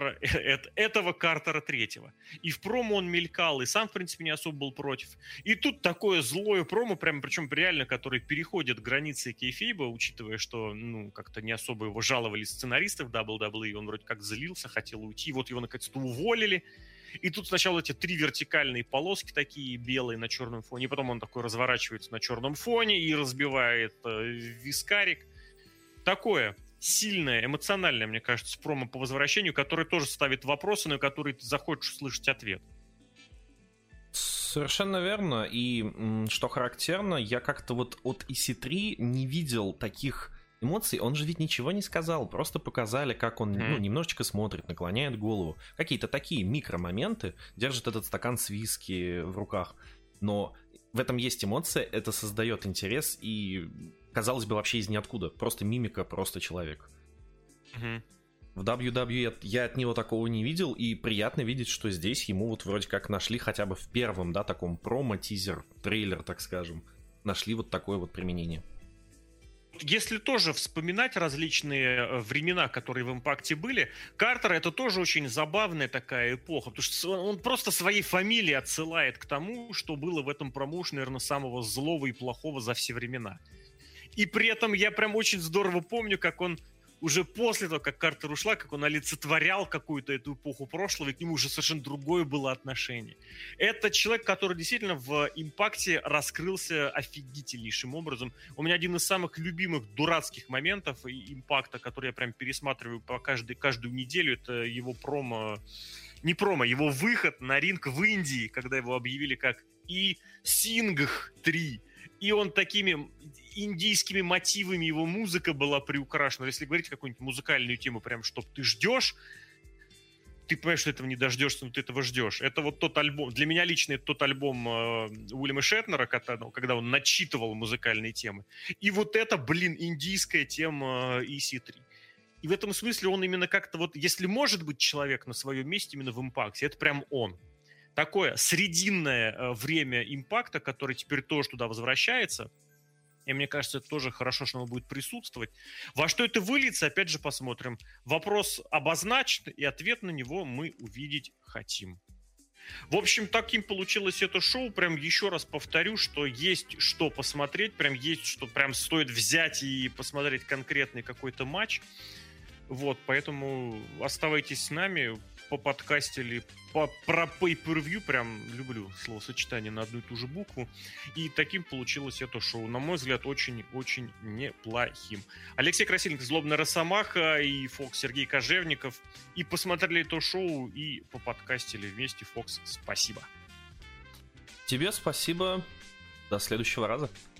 Картера третьего. И в промо он мелькал, и сам, в принципе, не особо был против. И тут такое злое промо, прям, причем реально, которое переходит границы кейфейба, учитывая, что, как-то не особо его жаловали сценаристы в WWE, он вроде как злился, хотел уйти, вот его наконец-то уволили. И тут сначала эти 3 вертикальные полоски такие белые на черном фоне, и потом он такой разворачивается на черном фоне и разбивает вискарик. Такое сильное, эмоциональное, мне кажется, промо по возвращению, которое тоже ставит вопросы, на которые ты захочешь услышать ответ. Совершенно верно. И что характерно, я как-то вот от EC3 не видел таких эмоций. Он же ведь ничего не сказал, просто показали, как он немножечко смотрит, наклоняет голову. Какие-то такие микромоменты, держит этот стакан с виски в руках. Но в этом есть эмоция, это создает интерес, и, казалось бы, вообще из ниоткуда. Просто мимика, просто человек. В WWE я от него такого не видел, и приятно видеть, что здесь ему вот вроде как нашли хотя бы в первом, таком промо-тизер, трейлер, так скажем, нашли вот такое вот применение. Если тоже вспоминать различные времена, которые в Импакте были, Картер — это тоже очень забавная такая эпоха, потому что он просто своей фамилией отсылает к тому, что было в этом промоушене, наверное, самого злого и плохого за все времена. И при этом я прям очень здорово помню, как он уже после того, как Картер ушла, как он олицетворял какую-то эту эпоху прошлого, и к нему уже совершенно другое было отношение. Это человек, который действительно в Импакте раскрылся офигительнейшим образом. У меня один из самых любимых дурацких моментов Импакта, который я прям пересматриваю по каждую неделю, это его его выход на ринг в Индии, когда его объявили как И Сингх 3. И он такими индийскими мотивами, его музыка была приукрашена. Если говорить какую-нибудь музыкальную тему, прям, чтоб ты ждешь, ты понимаешь, что этого не дождешься, но ты этого ждешь. Это вот тот альбом, для меня лично это тот альбом Уильяма Шетнера, когда он начитывал музыкальные темы. И вот это, индийская тема EC3. И в этом смысле он именно как-то вот, если может быть человек на своем месте именно в Импакте, это прям он. Такое срединное время Импакта, который теперь тоже туда возвращается. И мне кажется, это тоже хорошо, что оно будет присутствовать. Во что это выльется, опять же, посмотрим. Вопрос обозначен, и ответ на него мы увидеть хотим. В общем, таким получилось это шоу. Прям еще раз повторю, что есть что посмотреть. Прям есть что, прям стоит взять и посмотреть конкретный какой-то матч. Вот, поэтому оставайтесь с нами. Поподкастили про pay-per-view, прям люблю словосочетание на одну и ту же букву, и таким получилось это шоу, на мой взгляд, очень-очень неплохим. Алексей Красильников, Злобная Росомаха, и Фокс Сергей Кожевников, и посмотрели это шоу, и поподкастили вместе. Фокс, спасибо. Тебе спасибо, до следующего раза.